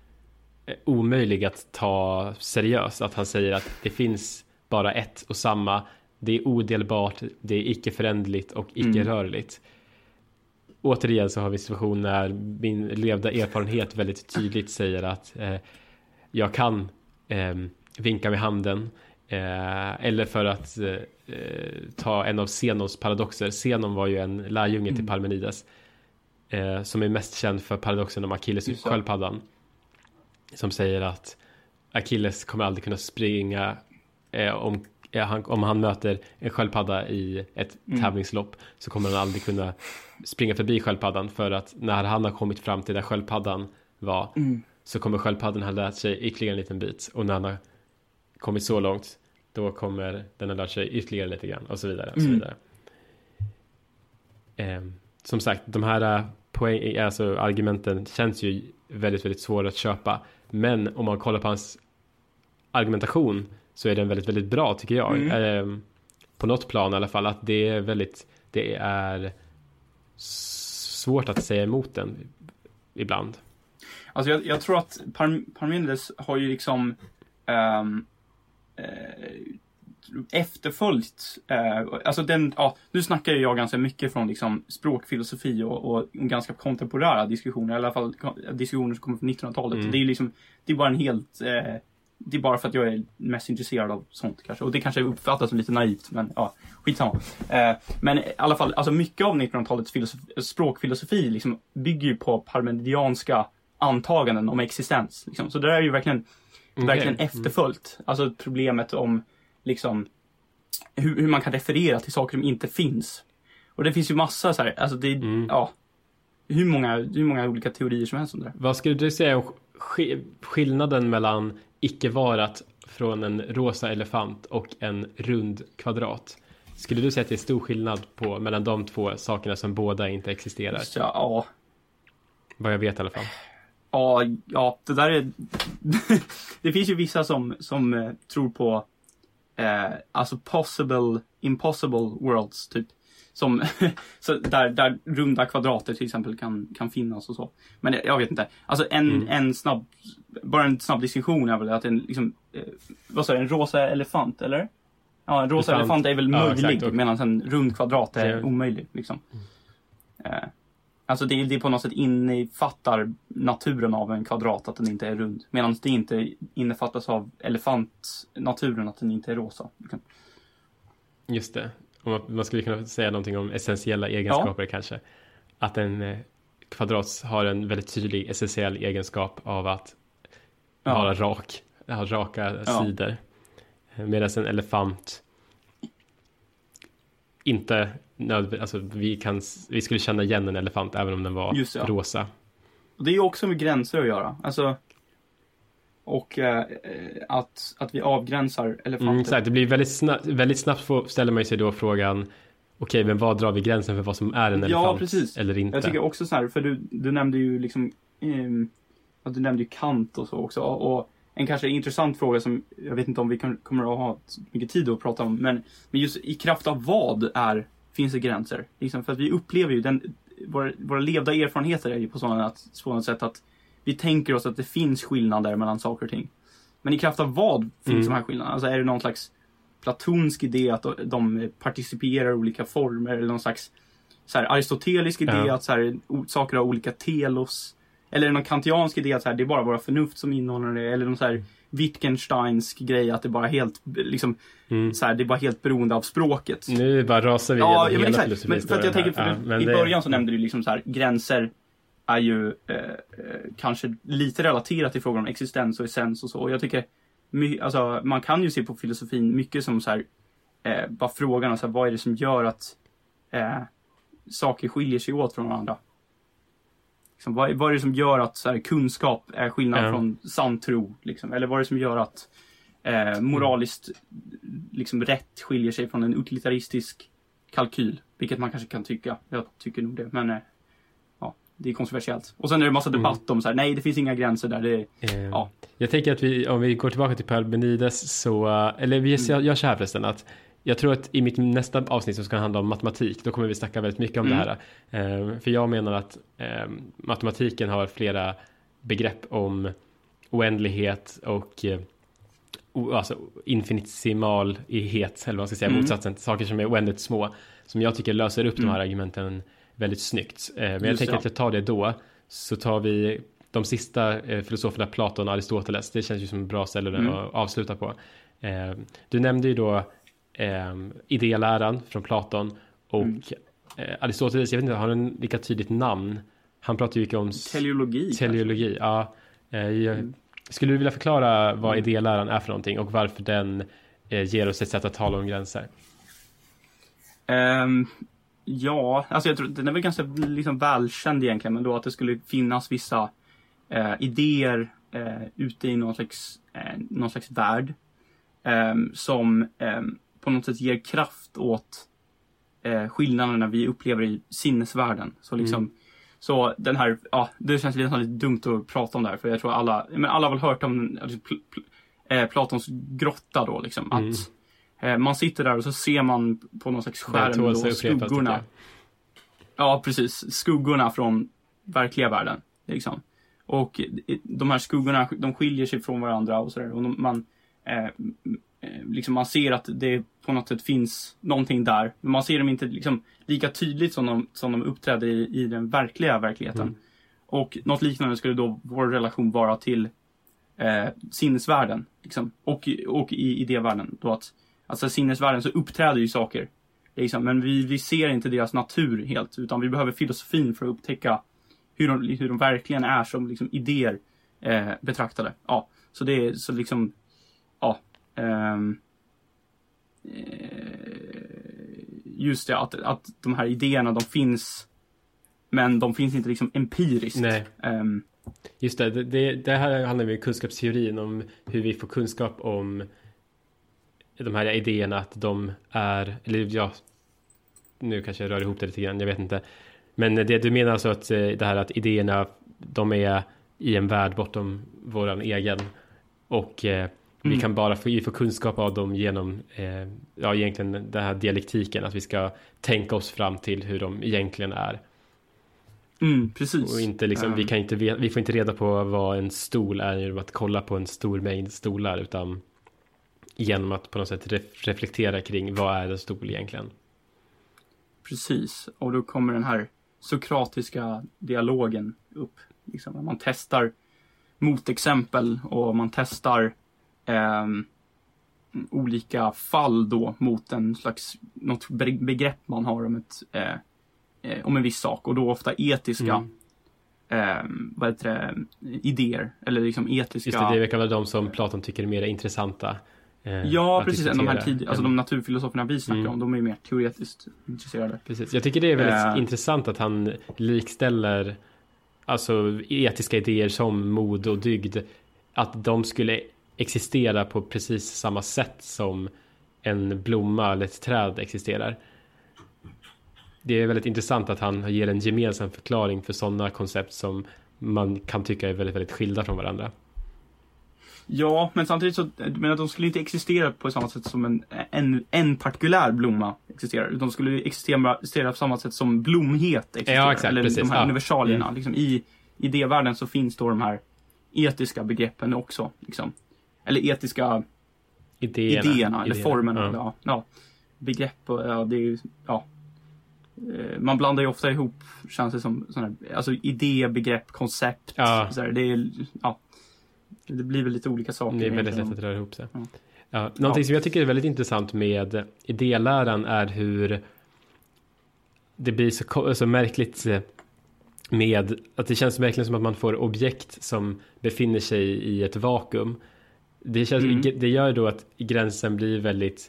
eh, omöjlig att ta seriöst. Att han säger att det finns bara ett och samma. Det är odelbart, det är icke-förändligt och icke-rörligt. Mm. Återigen så har vi en situation när min levda erfarenhet väldigt tydligt säger att eh, jag kan eh, vinka med handen. Eh, eller för att eh, ta en av Zenons paradoxer. Zenon var ju en lärjunge mm. till Parmenides. Eh, som är mest känd för paradoxen om Achilles sköldpaddan. Som säger att Achilles kommer aldrig kunna springa eh, om Han, om han möter en sköldpadda i ett mm. tävlingslopp, så kommer han aldrig kunna springa förbi sköldpaddan, för att när han har kommit fram till där sköldpaddan vara. Mm. Så kommer sköldpaddan ha lärt sig ytterligare en liten bit. Och när han har kommit så långt, då kommer den ha lärt sig ytterligare lite grann. Och så vidare. Och så vidare. Mm. Eh, som sagt, de här poäng, alltså argumenten känns ju väldigt, väldigt svåra att köpa. Men om man kollar på hans argumentation så är den väldigt, väldigt bra tycker jag. Mm. Eh, på något plan i alla fall. Att det är väldigt, det är svårt att säga emot den ibland. Alltså jag, jag tror att Par- Parmenides har ju liksom ähm, äh, efterföljt äh, alltså den, ja, nu snackar jag ganska mycket från liksom språkfilosofi och, och ganska kontemporära diskussioner, i alla fall diskussioner som kommer från nittonhundratalet. Mm. Det är liksom, det är bara en helt äh, det är bara för att jag är mest intresserad av sånt kanske. Och det kanske uppfattas som lite naivt, men ja, skitsamma. Eh, men i alla fall, alltså mycket av nittonhundratalets filosofi, språkfilosofi liksom bygger ju på parmenidianska antaganden om existens. Liksom. Så det är ju verkligen, okay. verkligen efterföljt. Alltså problemet om liksom hur, hur man kan referera till saker som inte finns. Och det finns ju massa så här, alltså det, mm. ja, hur många, hur många olika teorier som helst om det. Vad skulle du säga om skillnaden mellan icke-varat från en rosa elefant och en rund kvadrat? Skulle du säga att det är stor skillnad på mellan de två sakerna som båda inte existerar? Så, ja. Vad jag vet i alla fall. Ja, ja det där är... det finns ju vissa som, som eh, tror på eh, alltså possible, impossible worlds typ. Som, så där, där runda kvadrater till exempel kan, kan finnas och så. Men jag vet inte. Alltså en, mm. en snabb, bara en snabb distinktion är väl att en, liksom, eh, vad sa jag, en rosa elefant, eller? Ja, en rosa elefant, elefant är väl ja, möjlig, okay. Medan en rund kvadrat är det... omöjlig, liksom. Mm. Eh, alltså det, det på något sätt innefattar naturen av en kvadrat att den inte är rund. Medan det inte innefattas av elefantnaturen att den inte är rosa. Liksom. Just det. Om man skulle kunna säga någonting om essentiella egenskaper ja. Kanske. Att en eh, kvadrat har en väldigt tydlig essentiell egenskap av att ja. Vara rak. Ha raka ja. Sidor. Medan en elefant inte nödvändigt, alltså vi, kan, vi skulle känna igen en elefant även om den var Just, ja. Rosa. Och det är ju också med gränser att göra. Alltså och eh, att, att vi avgränsar elefanter. Mm, så här, det blir väldigt, sna- väldigt snabbt få, ställer man sig då frågan okej, okay, men vad drar vi gränsen för vad som är en elefant ja, precis. Eller inte? Jag tycker också så här, för du, du nämnde ju liksom um, att du nämnde ju Kant och så också. Och en kanske intressant fråga som jag vet inte om vi kan, kommer att ha mycket tid att prata om, men, men just i kraft av vad är, finns det gränser? Liksom, för att vi upplever ju den, våra, våra levda erfarenheter är ju på sådana så sätt att vi tänker oss att det finns skillnader mellan saker och ting. Men i kraft av vad finns mm. de här skillnaderna? Alltså är det någon slags platonsk idé att de participerar i olika former? Eller någon slags så här, aristotelisk idé ja. Att så här, saker har olika telos? Eller är det någon kantiansk idé att så här, det är bara våra förnuft som innehåller det? Eller någon så här Wittgensteinsk grej att det bara helt liksom, mm. så här, det är bara helt beroende av språket. Nu bara rasar vi ja, ja, men exakt. Men för att jag tänker, för ja, du, i det... början så nämnde du liksom så här, gränser är ju eh, eh, kanske lite relaterat till frågan om existens och essens och så. Och jag tycker, my, alltså, man kan ju se på filosofin mycket som så här, eh, bara frågan, alltså, vad är det som gör att eh, saker skiljer sig åt från varandra? Liksom, vad, vad är det som gör att så här, kunskap är skillnad mm. från sann tro? Liksom? Eller vad är det som gör att eh, moraliskt liksom, rätt skiljer sig från en utilitaristisk kalkyl? Vilket man kanske kan tycka. Jag tycker nog det, men... Eh, det är kontroversiellt. Och sen är det en massa debatt mm. om så här, nej det finns inga gränser där. Det, eh, ja. Jag tänker att vi, om vi går tillbaka till Parmenides så, eller vi mm. gör så här förresten att jag tror att i mitt nästa avsnitt som ska handla om matematik, då kommer vi snacka väldigt mycket om mm. det här. Eh, för jag menar att eh, matematiken har flera begrepp om oändlighet och eh, o, alltså infinitesimalighet, eller vad man ska säga, mm. motsatsen, saker som är oändligt små, som jag tycker löser upp mm. de här argumenten väldigt snyggt. Eh, men jag Just tänker ja. Att jag tar det då. Så tar vi de sista eh, filosoferna Platon och Aristoteles. Det känns ju som en bra ställe mm. att avsluta på. Eh, du nämnde ju då eh, idéläran från Platon. Och mm. eh, Aristoteles, jag vet inte, har en lika tydligt namn. Han pratar ju mycket om... Teleologi. Teleologi, ja. Eh, mm. Skulle du vilja förklara vad mm. idéläran är för någonting? Och varför den eh, ger oss ett sätt att tala om gränser? Um... Ja, alltså jag tror den är väl ganska liksom välkänd egentligen, men då att det skulle finnas vissa eh, idéer eh, ute i någon slags, eh, någon slags värld eh, som eh, på något sätt ger kraft åt eh, skillnaderna vi upplever i sinnesvärlden. Så liksom mm. Så den här, ja, det känns lite, lite dumt att prata om det här, för jag tror alla, men alla har väl hört om alltså, pl, pl, eh, Platons grotta då liksom, mm. att eh, man sitter där och så ser man på någon slags skärm då, skuggorna. Ja, precis, skuggorna från verkliga världen liksom. Och de här skuggorna, de skiljer sig från varandra och sådär, och de, man eh, liksom man ser att det på något sätt finns någonting där, men man ser dem inte liksom lika tydligt som de, som de uppträder i, i den verkliga verkligheten. Mm. Och något liknande skulle då vår relation vara till eh, sinnesvärlden liksom. och, och i idévärlden då, att alltså sinnesvärlden så uppträder ju saker liksom, men vi, vi ser inte deras natur helt, utan vi behöver filosofin för att upptäcka hur de, hur de verkligen är som liksom idéer eh, betraktade. Ja, så det är så liksom ja Um, just det, att, att de här idéerna, de finns, men de finns inte liksom empiriskt. Nej. Um, just det, det, det här handlar ju om kunskapsteorin, om hur vi får kunskap om de här idéerna, att de är, eller ja, nu kanske jag rör ihop det lite grann, jag vet inte, men det du menar alltså att det här att idéerna, de är i en värld bortom våran egen, och eh, Mm. vi kan bara få, få kunskap av dem genom eh, ja, egentligen den här dialektiken, att vi ska tänka oss fram till hur de egentligen är. Mm, precis. Och inte liksom, um. vi, kan inte, vi får inte reda på vad en stol är genom att kolla på en stor mängd stolar, utan genom att på något sätt ref- reflektera kring vad är en stol egentligen. Precis, och då kommer den här sokratiska dialogen upp. Liksom, man testar motexempel och man testar Eh, olika fall då mot en slags något begrepp man har om ett eh, eh, om en viss sak, och då ofta etiska mm. eh, vad heter det, idéer eller liksom etiska. Just det, det verkar vara de som Platon tycker är mer intressanta. Eh, ja, precis, än de här tid, alltså de naturfilosoferna vi snackar mm. om, de är mer teoretiskt intresserade. Precis. Jag tycker det är väldigt eh. intressant att han likställer alltså etiska idéer som mod och dygd, att de skulle existera på precis samma sätt som en blomma eller ett träd existerar. Det är väldigt intressant att han ger en gemensam förklaring för sådana koncept som man kan tycka är väldigt, väldigt skilda från varandra. Ja, men samtidigt så men att de skulle inte existera på samma sätt som en, en, en partikulär blomma existerar. De skulle existera, existera på samma sätt som blomhet existerar. Ja, exakt, eller precis, de här ja. universalierna. Mm. Liksom, i idévärlden så finns då de här etiska begreppen också. Liksom. Eller etiska idéerna, idéerna eller idéerna. formerna. Ja. Ja, ja. Begrepp och ja, det är ju, ja. Man blandar ju ofta ihop, känns det som, sådana här, alltså idé, begrepp, koncept. Ja. Så här, det är, ja. Det blir väl lite olika saker. Det är väldigt lätt att röra ihop sig. Ja. Ja, någonting ja. som jag tycker är väldigt intressant med idéläran är hur det blir så, så märkligt med att det känns verkligen som att man får objekt som befinner sig i ett vakuum. Det, känns, mm. det gör då att gränsen blir väldigt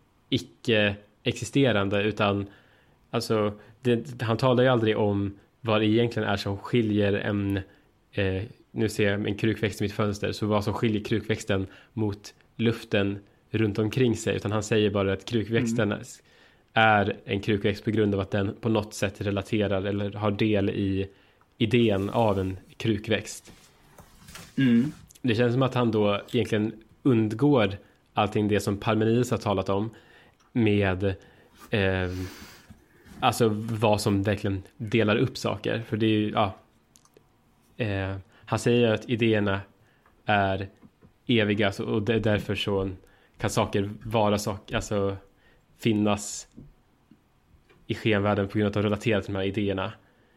icke-existerande, utan alltså, det, han talar ju aldrig om vad det egentligen är som skiljer en eh, nu ser jag en krukväxt i mitt fönster, så vad som skiljer krukväxten mot luften runt omkring sig, utan han säger bara att krukväxten mm. är en krukväxt på grund av att den på något sätt relaterar eller har del i idén av en krukväxt. Mm. Det känns som att han då egentligen undgår allting det som Parmenides har talat om med eh, alltså vad som verkligen delar upp saker, för det är ju ja, eh, han säger att idéerna är eviga, och därför så kan saker vara saker, alltså finnas i skenvärlden på grund av att de relaterar till de här idéerna.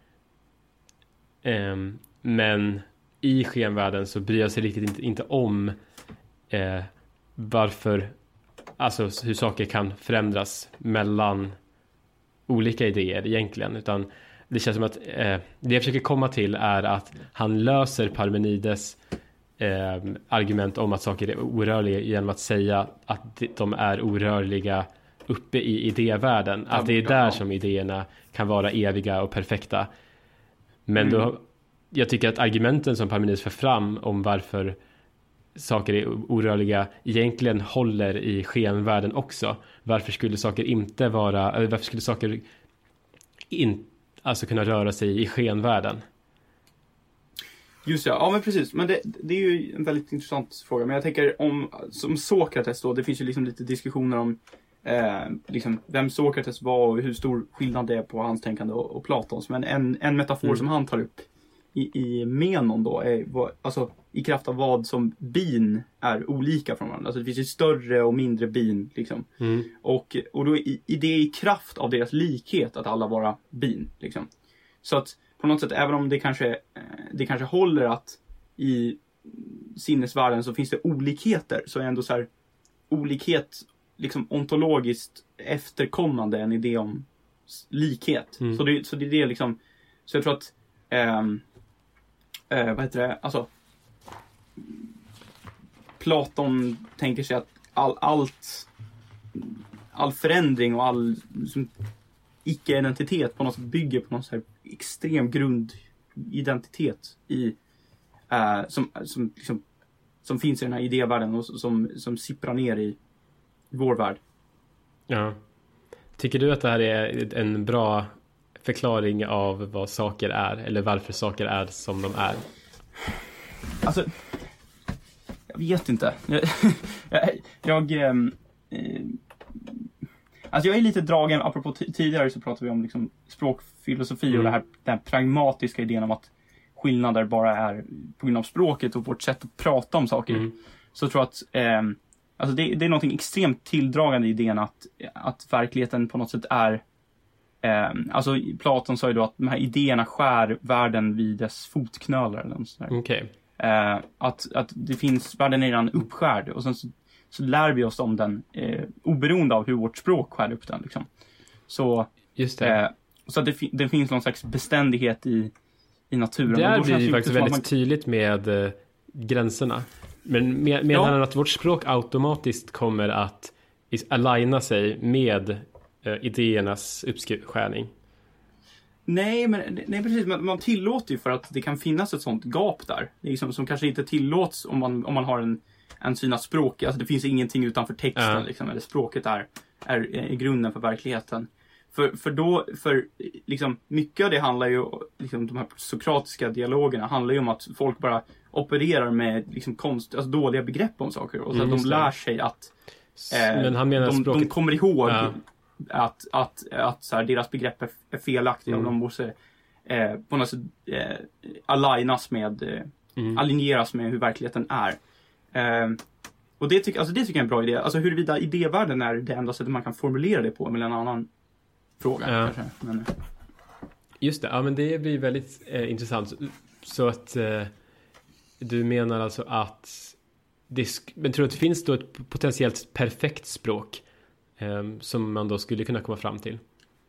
Um, men i skenvärlden så bryr jag sig riktigt inte, inte om eh, varför, alltså hur saker kan förändras mellan olika idéer egentligen, utan det känns som att eh, det jag försöker komma till är att han löser Parmenides eh, argument om att saker är orörliga genom att säga att de är orörliga uppe i idévärlden. Att det är där som idéerna kan vara eviga och perfekta. Men mm. då jag tycker att argumenten som Parmenides för fram om varför saker är orörliga egentligen håller i skenvärlden också. Varför skulle saker inte vara, eller varför skulle saker in, alltså kunna röra sig i skenvärlden? Just ja, ja men precis. Men det, det är ju en väldigt intressant fråga. Men jag tänker om, som Sokrates då, det finns ju liksom lite diskussioner om eh, liksom, vem Sokrates var och hur stor skillnad det är på hans tänkande och, och Platons. Men en, en metafor mm. som han tar upp i, i Menon då är vad, alltså, i kraft av vad som bin är olika från varandra. Alltså det finns ju större och mindre bin liksom. Mm. Och, och då i, i det i kraft av deras likhet att alla vara bin liksom. Så att på något sätt, även om det kanske, det kanske håller att i sinnesvärlden så finns det olikheter, så är ändå så här olikhet liksom ontologiskt efterkommande en idé om likhet. Mm. Så, det, så det är det liksom, så jag tror att ähm, äh, vad heter det, alltså Platon tänker sig att all, allt all förändring och all liksom, icke-identitet på något sätt bygger på någon så här extrem grundidentitet i, uh, som, som, liksom, som finns i den här idévärlden och som, som sipprar ner i, i vår värld. Ja. Tycker du att det här är en bra förklaring av vad saker är, eller varför saker är som de är? Alltså, jag vet inte. jag, jag eh, Alltså jag är lite dragen, apropå t- tidigare så pratade vi om liksom språkfilosofi mm. och det här, den här pragmatiska idén om att skillnader bara är på grund av språket och vårt sätt att prata om saker. Mm. Så jag tror att eh, alltså det, det är något extremt tilldragande i idén att, att verkligheten på något sätt är eh, alltså Platon sa ju då att de här idéerna skär världen vid dess fotknölar eller något sådär. Okay. Eh, att, att det finns, världen är redan uppskärd och sen så så lär vi oss om den eh, oberoende av hur vårt språk skär upp den. Liksom. Så, just det. Eh, så att det, fi- det finns någon slags beständighet i, i naturen. Det och blir ju faktiskt väldigt man... tydligt med eh, gränserna. Men med, menar han ja. att vårt språk automatiskt kommer att aligna sig med eh, idéernas uppskärning? Nej, men nej, precis. Man, man tillåter ju för att det kan finnas ett sånt gap där. Liksom, som kanske inte tillåts om man, om man har en en syn att språk, alltså det finns ingenting utanför texten uh. liksom, eller språket är, är, är grunden för verkligheten. För, för då, för liksom, mycket av det handlar ju, liksom, de här sokratiska dialogerna handlar ju om att folk bara opererar med liksom, konst, alltså dåliga begrepp om saker och så mm, att de lär sig att eh, men han menar de, språket... de kommer ihåg uh. att, att, att så här, deras begrepp är, är felaktiga mm. och de måste eh, på något sätt eh, alignas med eh, mm. aligneras med hur verkligheten är. Uh, och det, tyck, alltså det tycker jag är en bra idé. Alltså huruvida idévärlden är det enda sättet man kan formulera det på med en annan fråga. Ja. Kanske. Men... Just det, ja men det blir väldigt eh, intressant. Så att eh, du menar alltså att det sk- men tror du att det finns då ett potentiellt perfekt språk eh, som man då skulle kunna komma fram till?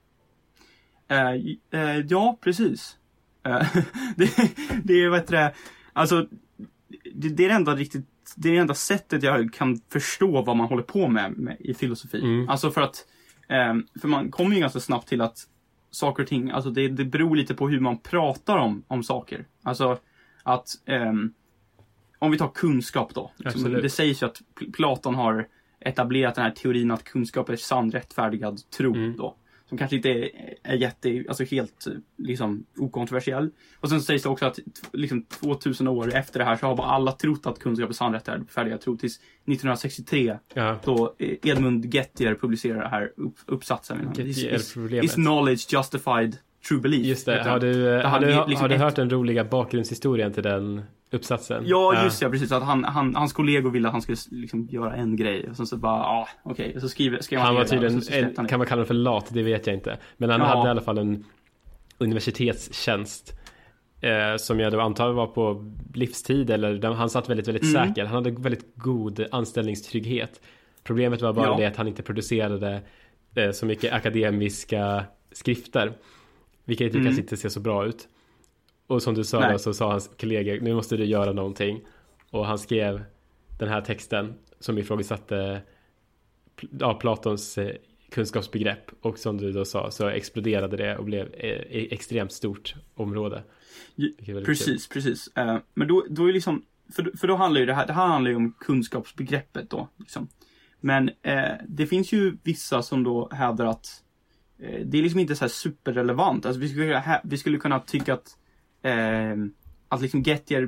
Uh, uh, ja, precis. Uh, det, det är vad heter det, alltså det, det är det enda riktigt det är det enda sättet jag kan förstå vad man håller på med, med i filosofi. Mm. Alltså för att eh, för man kommer ju ganska snabbt till att saker och ting, alltså det, det beror lite på hur man pratar om, om saker. Alltså att eh, om vi tar kunskap då. Liksom, det sägs ju att Platon har etablerat den här teorin att kunskap är sann rättfärdigad tro mm. då. Som kanske inte är, är jätte, alltså helt liksom okontroversiell. Och sen sägs det också att liksom tvåtusen år efter det här så har bara alla trott att kunskap är sann rättfärdigad tro tills nittonhundrasextiotre ja. då Edmund Gettier publicerar den här upp, uppsatsen. Gettier-problemet. Is knowledge justified true belief? Just det, har du, har hade du, liksom har du ett... hört den roliga bakgrundshistorien till den uppsatsen? Ja, just det, ja, precis. Att han, han, hans kollegor ville att han skulle liksom göra en grej. Och sen så bara, ja, ah, okej. Okay. Så skriver, skrev han Han var tydligen, en, kan man kalla honom för lat, det vet jag inte. Men han ja. hade i alla fall en universitetstjänst. Eh, som jag då antar var på livstid. Eller där han satt väldigt, väldigt mm. säker. Han hade väldigt god anställningstrygghet. Problemet var bara ja. det att han inte producerade eh, så mycket akademiska skrifter. Vilket mm. kanske inte ser så bra ut. Och som du sa då, så sa hans kollega, nu måste du göra någonting. Och han skrev den här texten som ifrågasatte ja, Platons kunskapsbegrepp, och som du då sa så exploderade det och blev ett extremt stort område. Precis, kul. precis. Uh, men då, då är liksom, för, för då handlar ju det här, det här handlar ju om kunskapsbegreppet då, liksom. Men uh, det finns ju vissa som då hävdar att uh, det är liksom inte så här superrelevant. Alltså vi skulle, vi skulle kunna tycka att uh, att liksom Gettier,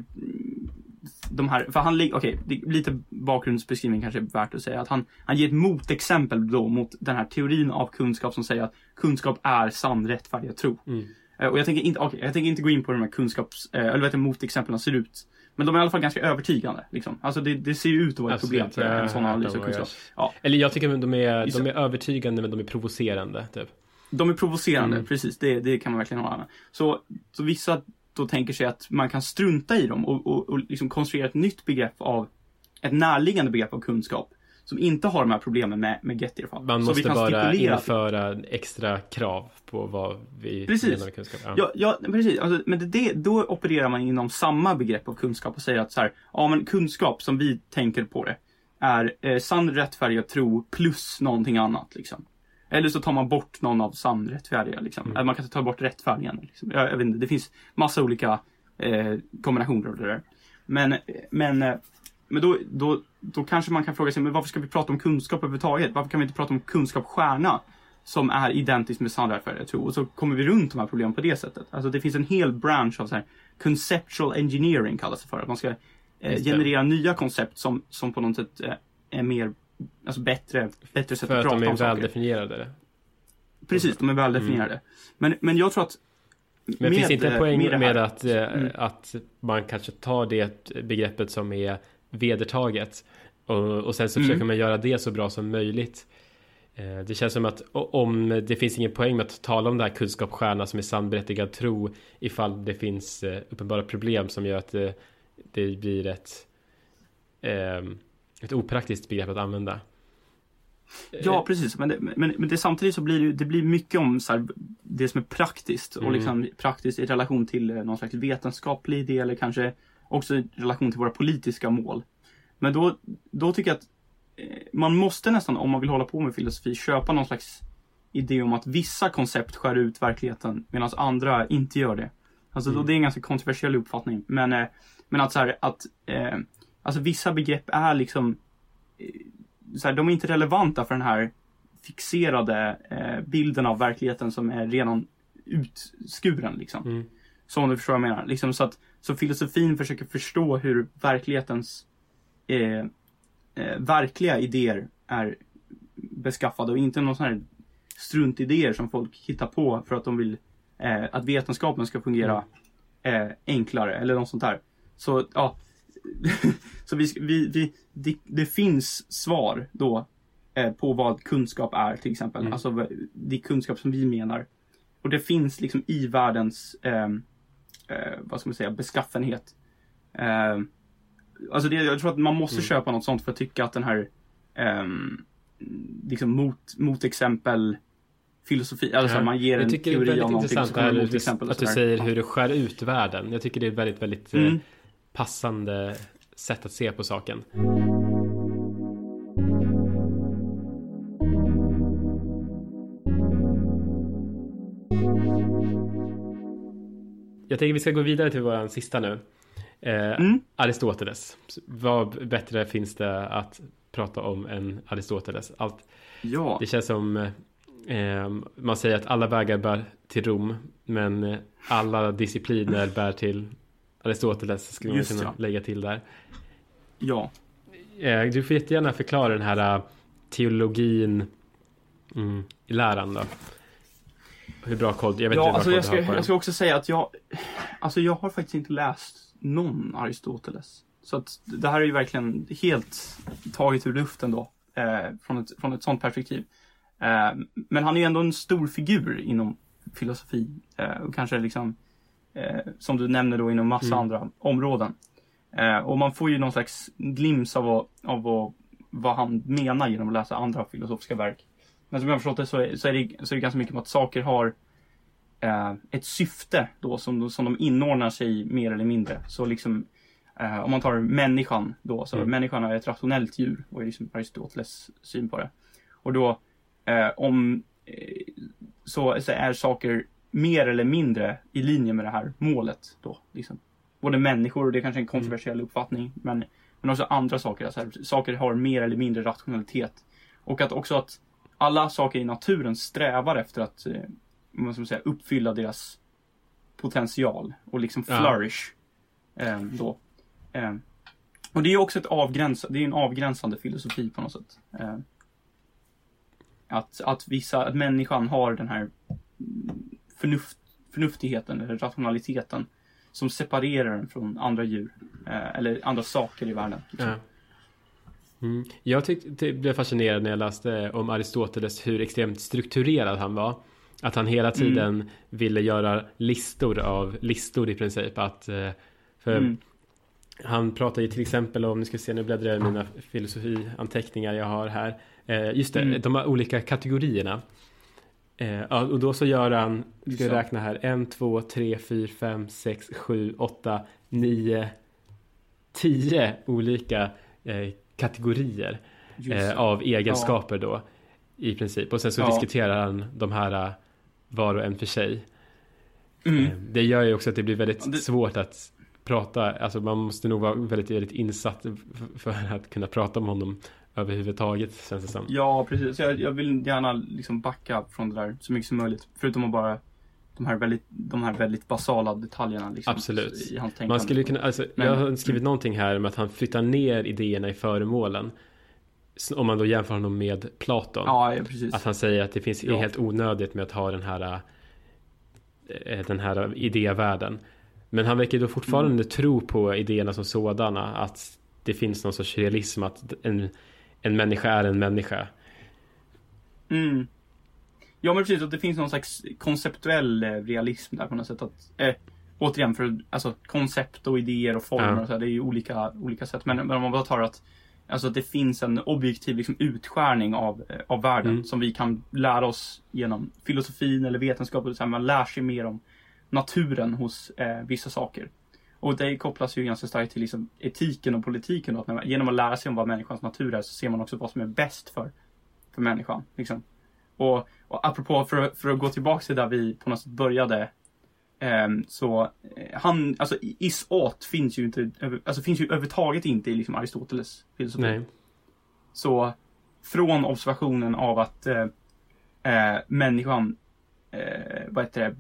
de här, för han, okej, okay, lite bakgrundsbeskrivning kanske är värt att säga, att han, han ger ett motexempel då mot den här teorin av kunskap som säger att kunskap är sann, rättfärdig och tro. Mm. Uh, och jag tänker inte, okay, jag tänker inte gå in på hur de här kunskaps, uh, eller vet jag, motexemplen ser ut. Men de är i alla fall ganska övertygande. Liksom. Alltså det, det ser ju ut att vara ett problem för en sån analys av kunskap. Ja. Eller jag tycker att de är, de är övertygande, men de är provocerande. Typ. De är provocerande, mm. precis. Det, det kan man verkligen hålla med. Så, så vissa då tänker sig att man kan strunta i dem och, och, och liksom konstruera ett nytt begrepp av, ett närliggande begrepp av kunskap som inte har de här problemen med, med Gettier. Man så måste vi kan bara införa extra krav på vad vi precis. menar med kunskap. Ja, ja, ja precis. Alltså, men det, det, då opererar man inom samma begrepp av kunskap och säger att så här, ja, men kunskap som vi tänker på det är eh, sann, rättfärdig och tro plus någonting annat. Liksom. Eller så tar man bort någon av sann, rättfärdiga. Liksom. Mm. Eller man kan ta bort rättfärdigen. Liksom. Jag, jag vet inte, det finns massa olika eh, kombinationer av det där. Men, men eh, Men då, då, då kanske man kan fråga sig, men varför ska vi prata om kunskap överhuvudtaget? Varför kan vi inte prata om kunskapsstjärna som är identiskt med sann, rättfärdig tro? Och så kommer vi runt de här problemen på det sättet. Alltså det finns en hel bransch av så här conceptual engineering kallas det för. Att man ska eh, generera nya koncept som, som på något sätt eh, är mer, alltså bättre, bättre sätt för att prata om saker. För att de är väldefinierade. Precis, de är väldefinierade. Mm. Men, men jag tror att men med, finns inte en poäng med, med att, mm. att man kanske tar det begreppet som är vedertaget och, och sen så mm. försöker man göra det så bra som möjligt. Eh, det känns som att om det finns ingen poäng med att tala om det här kunskapsstjärna som är sannberättigad tro ifall det finns eh, uppenbara problem som gör att eh, det blir ett eh, ett opraktiskt begrepp att använda. Ja, precis. Men det, men, men det samtidigt så blir det, det blir mycket om så här, det som är praktiskt mm. och liksom praktiskt i relation till någon slags vetenskaplig idé eller kanske också i relation till våra politiska mål. Men då, då tycker jag att eh, man måste nästan, om man vill hålla på med filosofi, köpa någon slags idé om att vissa koncept skär ut verkligheten medan andra inte gör det. Alltså mm. då, det är en ganska kontroversiell uppfattning. Men, eh, men att så här, att eh, alltså vissa begrepp är liksom eh, så här, de är inte relevanta för den här fixerade eh, bilden av verkligheten som är redan utskuren liksom. Mm. Så om du förstår vad jag menar. Liksom så att så filosofin försöker förstå hur verklighetens eh, eh, verkliga idéer är beskaffade och inte någon sån här struntidéer som folk hittar på för att de vill eh, att vetenskapen ska fungera eh, enklare eller något sånt där. Så ja, så vi, vi, vi det, det finns svar då eh, på vad kunskap är till exempel. Mm. Alltså det kunskap som vi menar. Och det finns liksom i världens eh, eh, vad ska man säga, beskaffenhet. Eh, alltså det, jag tror att man måste mm. köpa något sånt för att tycka att den här eh, liksom mot, mot exempel filosofi, alltså ja. man ger en teori om någonting som är mot exempel. Att du säger hur det skär ut världen. Jag tycker det är ett väldigt, väldigt mm. passande sätt att se på saken. Jag tänker vi ska gå vidare till våran sista nu. Eh, mm. Aristoteles. Vad bättre finns det att prata om än Aristoteles? Allt. Ja. Det känns som eh, man säger att alla vägar bär till Rom, men alla discipliner bär till Aristoteles, skulle man kunna ja. lägga till där. Ja. Eh, du får jättegärna förklara den här teologin mm, i läran då. Hur bra koll, jag vet ja, inte alltså hur bra jag, koll ska, jag ska också säga att jag alltså jag har faktiskt inte läst någon Aristoteles. Så att det här är ju verkligen helt taget ur luften då. Eh, från, ett, från ett sånt perspektiv. Eh, men han är ju ändå en stor figur inom filosofi. Eh, och kanske liksom, eh, som du nämner då, inom massa mm. andra områden. Eh, och man får ju någon slags glims av, vad, av vad, vad han menar genom att läsa andra filosofiska verk. Men som jag har förstått det så är, så är, det, så är det ganska mycket om att saker har eh, ett syfte då som, som de inordnar sig i mer eller mindre. Så liksom, eh, om man tar människan då, så mm. människan är ett rationellt djur och är liksom Aristoteles syn på det. Och då, eh, om eh, så, så är saker mer eller mindre i linje med det här målet då, liksom. Både människor, och det är kanske en kontroversiell uppfattning, men, men också andra saker. Alltså, saker har mer eller mindre rationalitet. Och att också att alla saker i naturen strävar efter att eh, vad ska man säga, uppfylla deras potential och liksom flourish. Ja. Eh, då. Eh, och det är också ett avgräns, det är en avgränsande filosofi på något sätt. Eh, att, att vissa, att människan har den här förnuft, förnuftigheten eller rationaliteten som separerar den från andra djur eh, eller andra saker i världen. Liksom. Ja. Mm. Jag tyckte, blev fascinerad när jag läste om Aristoteles, hur extremt strukturerad han var. Att han hela tiden mm. ville göra listor av listor i princip. Att, för mm. han pratar ju till exempel om, nu ska vi se, nu bläddrar jag i mina filosofianteckningar jag har här. Just det, mm. de här olika kategorierna. Och då så gör han, ska jag räkna här, en, två, tre, fyra, fem, sex, sju, åtta, nio, tio olika kategorier eh, av egenskaper ja. Då i princip, och sen så ja. Diskuterar han de här var och en för sig. Mm. eh, det gör ju också att det blir väldigt det... svårt att prata, alltså man måste nog vara väldigt, väldigt insatt för att kunna prata om honom överhuvudtaget, känns det som. Ja, precis, jag, jag vill gärna liksom backa från det där så mycket som möjligt, förutom att bara de här väldigt, de här väldigt basala detaljerna liksom. Absolut. I hans tänkande. Man skulle kunna, alltså, men, jag har skrivit mm. någonting här med att han flyttar ner idéerna i föremålen. Om man då jämför honom med Platon. Ja, ja, precis. Att han säger att det finns ja. Helt onödigt med att ha den här den här idévärlden. Men han verkar då fortfarande mm. tro på idéerna som sådana, att det finns någon sorts realism, att en, en människa är en människa. Mm. Ja, men precis, att det finns någon slags konceptuell realism där på något sätt. Att, eh, återigen, för alltså, koncept och idéer och former ja. Och så här, det är ju olika, olika sätt. Men, men om man bara tar att, alltså, att det finns en objektiv liksom, utskärning av, av världen mm. som vi kan lära oss genom filosofin eller vetenskap. Och så här, man lär sig mer om naturen hos eh, vissa saker. Och det kopplas ju ganska starkt till liksom, etiken och politiken. Då, att man, genom att lära sig om vad människans natur är så ser man också vad som är bäst för, för människan. Liksom. Och, och apropå, för, för att gå tillbaka till där vi på något sätt började, eh, så eh, han, alltså is-åt finns ju inte, alltså finns ju överhuvudtaget inte i liksom Aristoteles filosofi. Nej. Så från observationen av att eh, eh, människan, eh, vad heter det,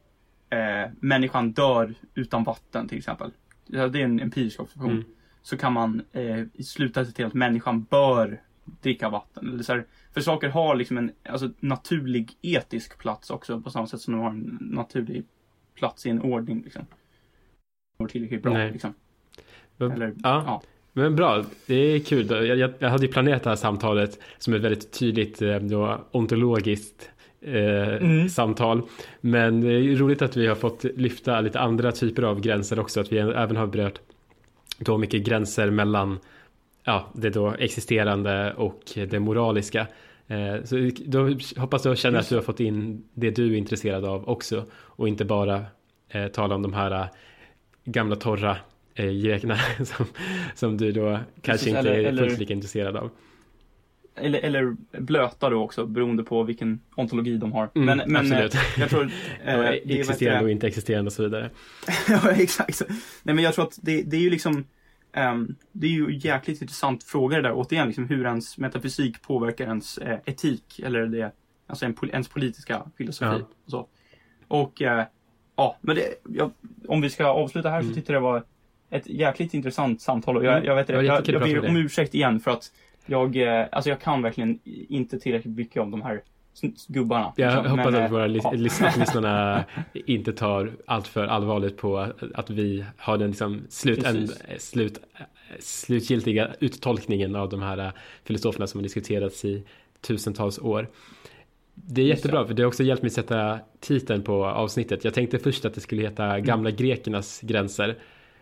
eh, människan dör utan vatten till exempel. Det är en empirisk observation. Mm. Så kan man eh, sluta sig till att människan bör dricka vatten. Eller så här, för saker har liksom en alltså, naturlig etisk plats också, på samma sätt som de har en naturlig plats i en ordning. Liksom. Det var tillräckligt bra. Liksom. Eller, ja. ja. Men bra, det är kul. Jag, jag, jag hade ju planerat det här samtalet som ett väldigt tydligt då, ontologiskt eh, mm. samtal. Men det är roligt att vi har fått lyfta lite andra typer av gränser också. Att vi även har berört då mycket gränser mellan ja, det då existerande och det moraliska. Eh, så då hoppas jag känna att du har fått in det du är intresserad av också. Och inte bara eh, tala om de här äh, gamla torra eh, grekerna som, som du då kanske inte eller, är fullt lika intresserad av. Eller, eller blöta då också, beroende på vilken ontologi de har. Mm, men, men absolut. Jag tror, eh, existerande och inte existerande och så vidare. Ja, exakt. Nej, men jag tror att det, det är ju liksom Um, det är ju jäkligt intressant fråga det där, återigen liksom hur ens metafysik påverkar ens eh, etik eller det, alltså en, ens politiska filosofi ja. Och så. Och eh, ja, men det, jag, om vi ska avsluta här mm. så tyckte jag det var ett jäkligt intressant samtal och jag, mm. jag vet det, jag, jag ber om ursäkt igen för att jag, eh, alltså jag kan verkligen inte tillräckligt mycket om de här gubbarna. Jag liksom. hoppas men, att våra ja. lyssnarna inte tar allt för allvarligt på att vi har den liksom slut, en, slut, slutgiltiga uttolkningen av de här filosoferna som har diskuterats i tusentals år. Det är jättebra, för det har också hjälpt mig sätta titeln på avsnittet. Jag tänkte först att det skulle heta Gamla grekernas gränser.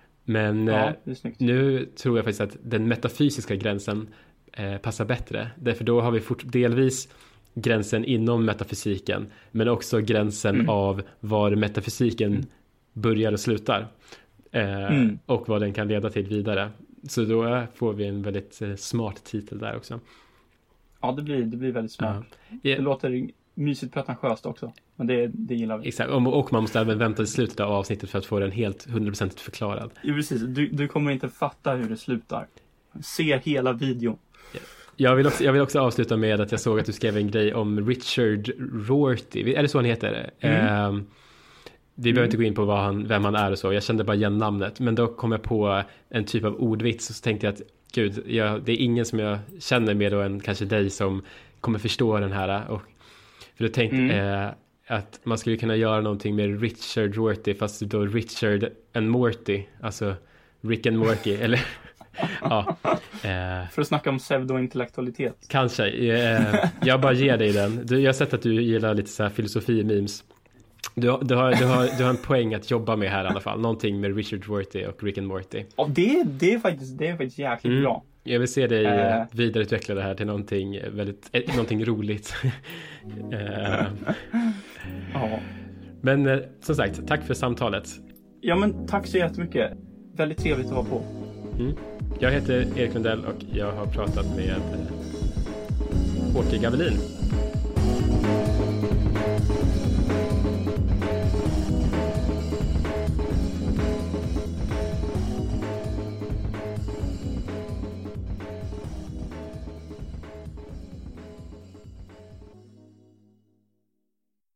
Men ja, nu tror jag faktiskt att den metafysiska gränsen eh, passar bättre. Därför då har vi fort, delvis gränsen inom metafysiken, men också gränsen mm. av var metafysiken mm. börjar och slutar eh, mm. och vad den kan leda till vidare. Så då får vi en väldigt eh, smart titel där också. Ja, det blir, det blir väldigt smart. Ja. Det låter mysigt pretentiöst också. Men det, det gillar vi. Exakt, och man måste även vänta till slutet av avsnittet för att få den helt hundra procent förklarad. Ja, precis. Du, du kommer inte fatta hur det slutar. Se hela videon. Jag vill, också, jag vill också avsluta med att jag såg att du skrev en grej om Richard Rorty. Är det så han heter? Mm. Um, vi behöver mm. inte gå in på vad han, vem han är och så. Jag kände bara igen namnet. Men då kom jag på en typ av ordvits. Och så tänkte jag att gud, jag, det är ingen som jag känner mer då än kanske dig som kommer förstå den här. Och, för då tänkte mm. eh, att man skulle kunna göra någonting med Richard Rorty. Fast då Richard and Morty. Alltså Rick and Morty. Eller... ja. Eh, För att snacka om pseudointellektualitet. Kanske. Eh, jag bara ger dig den. Du, jag har sett att du gillar lite så här filosofi-memes. Du, har, du, har, du, har, du har en poäng att jobba med här i alla fall. Någonting med Richard Rorty och Rick and Morty. Ja, det, det, är faktiskt, det är faktiskt jäkligt mm. bra. Jag vill se dig eh. vidareutveckla det här till någonting väldigt, eh, någonting roligt. eh. Ja. Men eh, som sagt, tack för samtalet. Ja, men tack så jättemycket. Väldigt trevligt att vara på. Mm. Jag heter Erik Lundell och jag har pratat med Åke Gavelin.